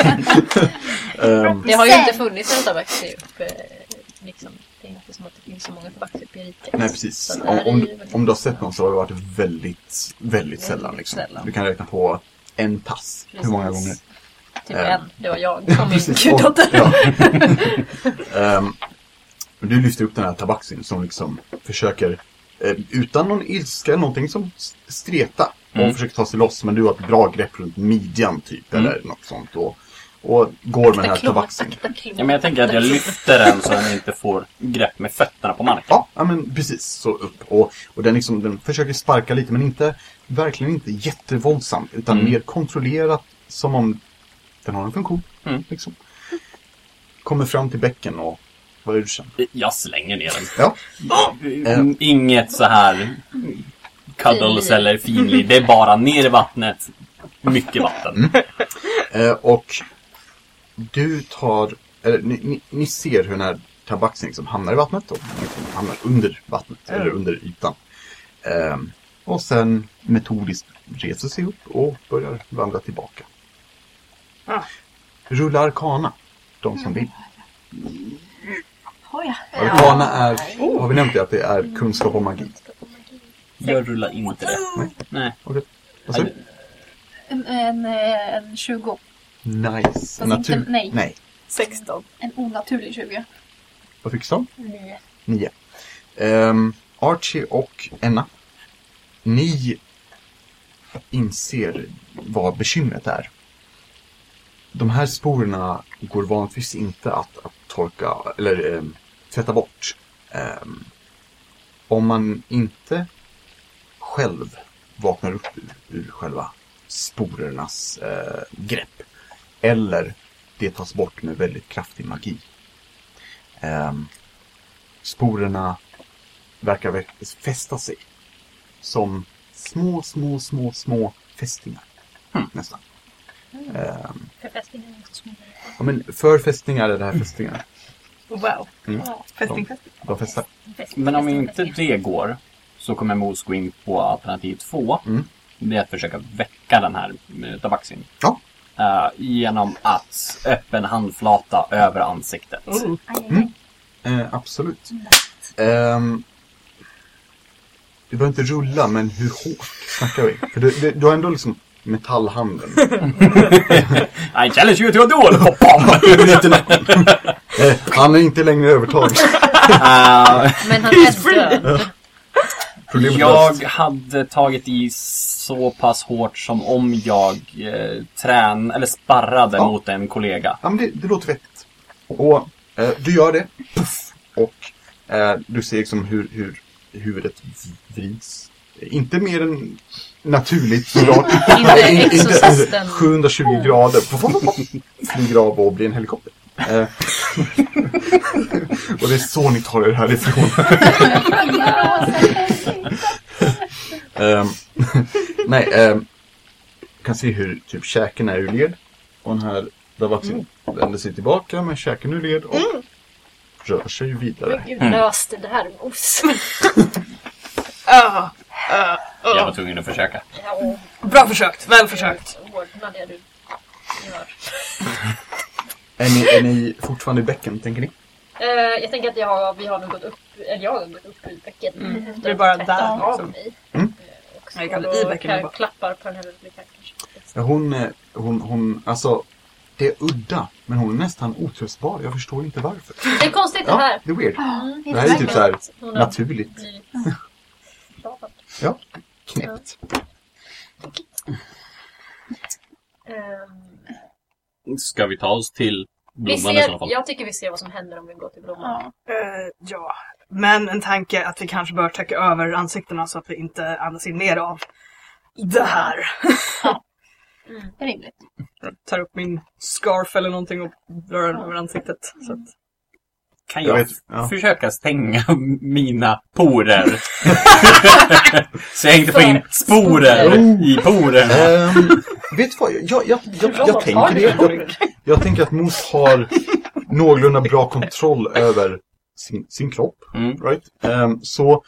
Um, Det har ju inte funnits en tabaxi uppe, liksom. Det är inte som att det finns så många tabaxi uppe i riket. nej, precis. Så Om, där är om, ju du- väldigt- om du har sett någon så har det varit väldigt, väldigt sällan. Liksom. sällan. Du kan räkna på en tass. Hur många Precis. gånger? Typ Eh. en, det var jag och min Precis. guddotter. Ja. um, du lyfter upp den här tabaxin som liksom försöker, eh, utan någon ilska eller någonting, som s- streta och Mm. försöker ta sig loss. Men du har ett bra grepp runt midjan typ, Mm. eller något sånt. Och, och går med den här tabaxin. Ja, men jag tänker att jag lyfter den så den inte får grepp med fötterna på marken. Ja, ja, men precis. Så upp. Och, och den, liksom, den försöker sparka lite, men inte, verkligen inte jättevåldsamt. Utan Mm. mer kontrollerat, som om den har en funktion. Mm. Liksom. Kommer fram till bäcken och vad är det du känner? Jag slänger ner den. Ja. Mm, Inget så här cuddles Finlir. eller finlir. Det är bara ner i vattnet. Mycket vatten. Eh, och du tar, eller ni, ni, ni ser hur den här tabaxen liksom hamnar i vattnet och liksom hamnar under vattnet, eller under ytan. Eh, och sen metodiskt reser sig upp och börjar vandra tillbaka. Ah. Rulla arkana, de som vill. Har jag? Arkana är, har vi nämnt det, att det är kunskap om magi. Jag rullar inte det. Nej. Nej. Okej. Vad säger du? En, en, eh, en tjugo. Nice. Fast inte- nej. Nej. sexton. En onaturlig tjugo. Vad fick du? Nio. Nio. Um, Archie och Enna. Ni inser vad bekymret är. De här sporerna går vanligtvis inte att, att torka eller um, tvätta bort. Um, om man inte själv vaknar upp ur, ur själva sporernas uh, grepp. Eller det tas bort med väldigt kraftig magi. Um, sporerna verkar verk- fästa sig som små, små, små, små fästingar. Mm. Nästan. Ehm, För fästingen är inte så smidig. ja, men för fästingar är det här fästingar. Wow. Mm. Fästing, fästing. De fästar. Men om inte det går så kommer Mos gå in på alternativ två. Mm. Det är att försöka väcka den här eh, tabaxin. Ja. Eh, genom att öppen handflata över ansiktet. Mm. Mm. Eh, absolut. Ehm, du behöver inte rulla, men hur hårt snackar vi? För du, du, du har ändå liksom metallhanden. I challenge you to a duel! Pop-pom! eh, han är inte längre övertagen. Eh, Men han är död. Problemet Jag är hade tagit i så pass hårt som om jag eh, trän eller sparrade Ja. mot en kollega. ja, men det, det låter vettigt. Och eh, du gör det. Puff, och eh, du ser liksom hur, hur huvudet vrids. Inte mer än naturligt såklart. Inte Nej, inte- inte- Exorcisten. sjuhundratjugo grader. Flyger av och blir en helikopter. Eh, och det är så ni tar er härifrån. um, nej, um, kan se hur typ käken är ur led. Och den här Davaxin vänder sig tillbaka med käken ur led och rör sig vidare. Men gud, lös det där, Mos. Ah, ah, Jag ah. var tvungen att försöka. Ja, Bra försökt, väl försökt. ordna det du gör. Är ni, är ni fortfarande i bäcken, tänker ni? Eh, jag tänker att jag har, vi har nog gått upp, eller jag har gått upp i bäcken. Mm. Efter Det är bara att ha tvättat där, av liksom. mig. Mm. Eh, och så Jag kan då i bäcken kan jag bara. klappar på den här repliken kanske. Ja, hon, eh, hon, hon, alltså, det är udda, men hon är nästan otröstbar. Jag förstår inte varför. Det är konstigt det Ja, här. det är weird. Mm. Det här är typ så här Hon har naturligt. blivit glad. Ja, knäppt. Ehm, Ska vi ta oss till vi blomman i så ser, fall? jag tycker vi ser vad som händer om vi går till blomman. Ja. Eh, ja, men en tanke att vi kanske bör täcka över ansiktena så att vi inte andas in mer av det här. Det är rimligt. Jag tar upp min scarf eller någonting och drar den över ansiktet. Så att... Kan Jag jag, vet, ja. försöka stänga mina porer? Så jag inte får in sporer i poren. Um, vet du vad, jag, jag, jag, jag, jag tänker det. Jag, jag tänker att Mos har någorlunda bra kontroll över sin, sin kropp. Mm. Right? Um, så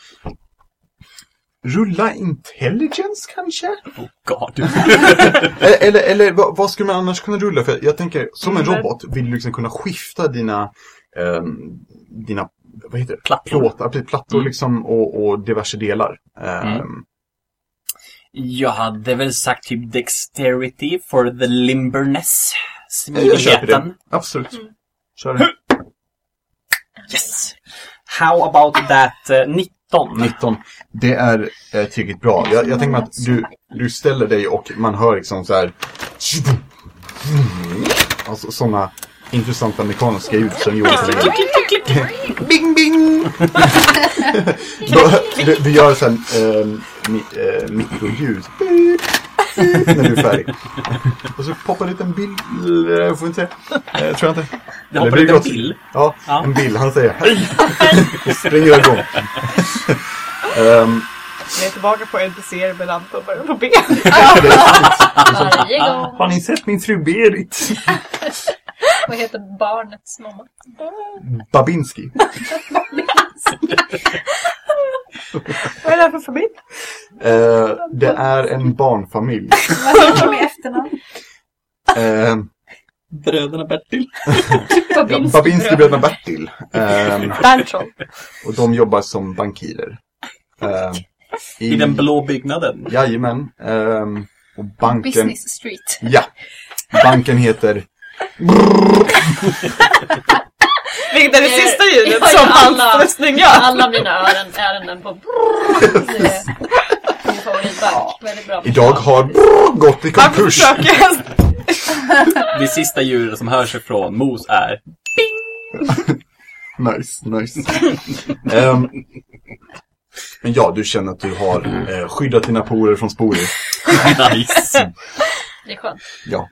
rulla intelligence kanske? Oh god. eller eller vad, vad skulle man annars kunna rulla? För jag tänker, som en Mm. robot vill du liksom kunna skifta dina um, dina, vad heter det? Plattor. Plåtar, precis, plattor Mm. liksom och, och diverse delar. Um, Mm. Jag hade väl sagt typ dexterity for the limberness. Jag köper det. Smidigheten. Absolut. Kör det. Yes! How about that uh, nitton? nitton. Det är eh, tillräckligt bra. Jag, jag tänker mig att du, du ställer dig och man hör liksom så här. Alltså sådana intressanta mekaniska ljud som gjorde för länge. Bing bing! du, du gör så här eh, mi, eh, mikroljud. När du är färdig. Och så poppar en liten bild. Jag får inte säga. Eh, tror jag inte. Det hoppar blir ut en gott. bild. Ja, Ja. en bild. Han säger hej. Och springer igång. um, Vi är tillbaka på N P C med namn på början på B. Varje gång. Har ni sett min fru Berit? Vad heter barnets mamma? Babinski. Vad är det här för familj? Uh, det är en barnfamilj. Vad heter de i efternamn? Uh, Bröderna Bertil. ja, Babinski bröderna Bertil. Um, Berntson. och de jobbar som bankirer. Uh, I den blå byggnaden. Jajamän. Um, och banken... Business Street. Ja. Banken heter... Vilket är det sista ljudet Ja, som alla- hans röstning gör. Alla mina öron, ärenden på det är min favoritbank. Väldigt bra. Idag har gått i Varför konkurs. försöker jag? Det sista ljudet som hörs ifrån Mos är Nice, nice. um, men ja, du känner att du har eh, skyddat dina porer från sporer. nice. Det är skönt. Ja.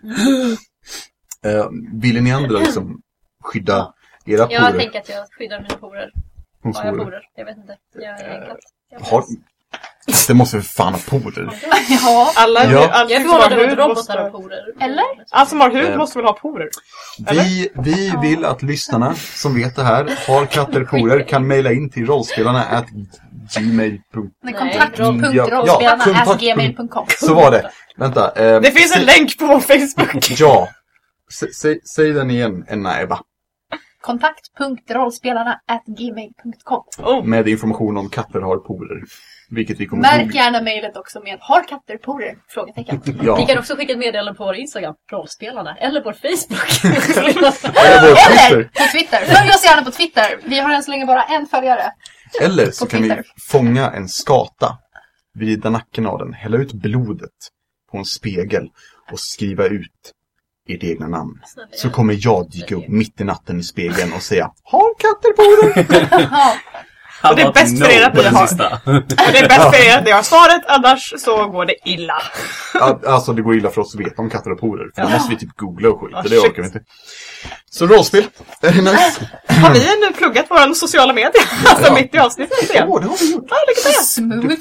Uh, vill ni andra liksom skydda era Jag porer tänker att jag skyddar mina porer. från Har jag sporer? porer? Jag vet inte. Jag är en katt. Jag Har... Det måste för fan ha porer. Ja. Alla, Ja. allt Jag är som har förvånad över att hud robotar måste... har porer. Eller? Allt som har hud Eh. måste väl ha porer? Vi, vi vill att lyssnarna som vet det här, har katter porer, kan mejla in till rollspelarna at gmail punkt com. Men Nej, kontakt roll- punkt ja, rollspelarna ja, kontakt at gmail punkt com. Så var det. Vänta. Eh, Det finns en sä- länk på vår Facebook. Ja. Sä, säg, säg den igen, Enna Ebba. kontakt punkt rollspelarna at gmail punkt com. Oh. Med information om katter har porer. Vilket vi kommer Märk googla. gärna mejlet också med har katter porer? Frågetecken. Ja. Ni kan också skicka ett meddelande på vår Instagram, rollspelarna, eller vår Facebook. Eller vår Eller Twitter. på Twitter. Följ oss gärna på Twitter. Vi har än så länge bara en följare. Eller så På kan vi Twitter. fånga en skata, vrida nacken av den, hälla ut blodet på en spegel och skriva ut ert egna namn. Så kommer jag dyka upp mitt i natten i spegeln och säga har katter porer? Ja. Och det är bäst för er att på ni den har- sista. Och det är bäst för er att ni har svaret, annars så går det illa. Ja, alltså det går illa för oss att veta om katter har porer. För då måste vi typ googla och skit. Ah, det shit. orkar vi inte. Så rollspel, är det nice? Har vi nu pluggat våra sociala medier? Alltså Ja. mitt i avsnittet igen. Åh, det har vi gjort. Ja, lycka till. Smooth.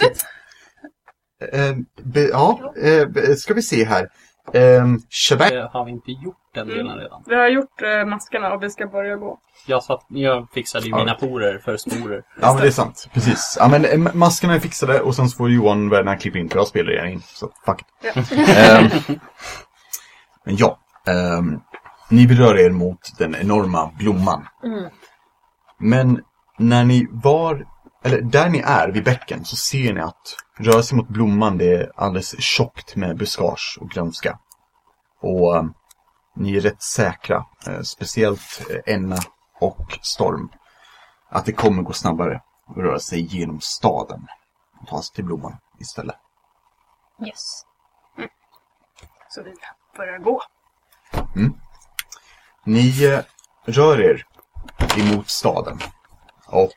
Eh, be, ja, eh, be, ska vi se här. Eh, Shabak. Eh, Har vi inte gjort den delen redan? Vi har gjort eh, maskerna och vi ska börja gå. Jag, satt, jag fixade ju Ja. mina porer för sporer. Ja, men det är sant. Precis. Ja, men eh, maskerna är fixade och sen så får Johan när han klipper in för jag spelar igen in. Så fuck it. Ja. Ehm, men ja. ehm, ni berör er mot den enorma blomman. Mm. Men när ni var, eller där ni är vid bäcken så ser ni att röra sig mot blomman det är alldeles tjockt med buskage och grönska. Och eh, ni är rätt säkra, eh, speciellt eh, Enna och Storm, att det kommer gå snabbare att röra sig genom staden och ta sig till blomman istället. Yes. Så vi börjar gå. Ni eh, rör er emot staden och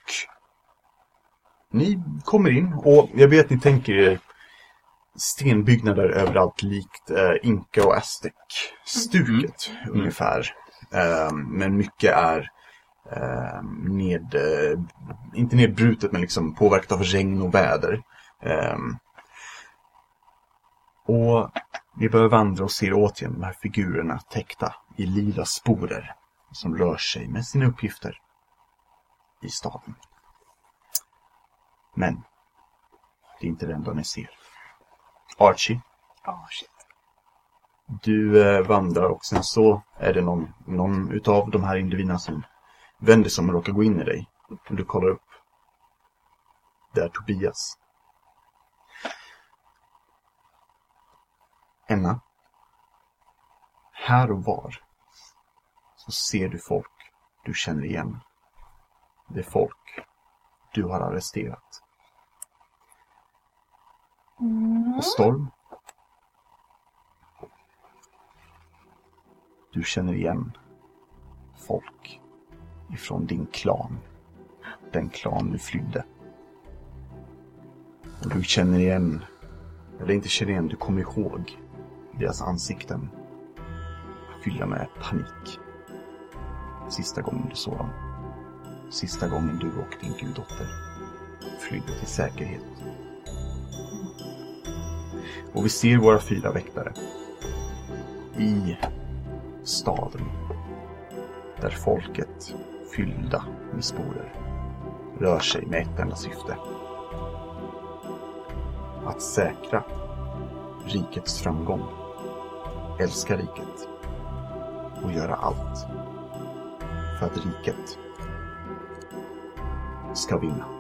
ni kommer in och jag vet att ni tänker er stenbyggnader överallt likt eh, Inka och Aztec-stuket ungefär. Eh, men mycket är eh, ned, eh, inte nedbrutet men liksom påverkat av regn och väder. Eh, Och ni börjar vandra och ser återigen de här figurerna täckta i lila sporer som rör sig med sina uppgifter i staden. Men det är inte det enda ni ser. Archie, Oh, shit. du eh, vandrar och sen så är det någon, någon utav de här individerna som vänder sig om och råkar gå in i dig. Och du kollar upp. Det är Tobias. Enna. Här och var så ser du folk du känner igen. Det är folk du har arresterat. Och Storm. Du känner igen folk ifrån din klan. Den klan du flydde. Och du känner igen, eller inte känner igen, du kommer ihåg deras ansikten fylla med panik. Sista gången du såg dem. Sista gången du och din guddotter flydde till säkerhet. Och vi ser våra fyra väktare i staden där folket fyllda med sporer rör sig med ett enda syfte. Att säkra rikets framgång, älska riket och göra allt för att riket ska vinna.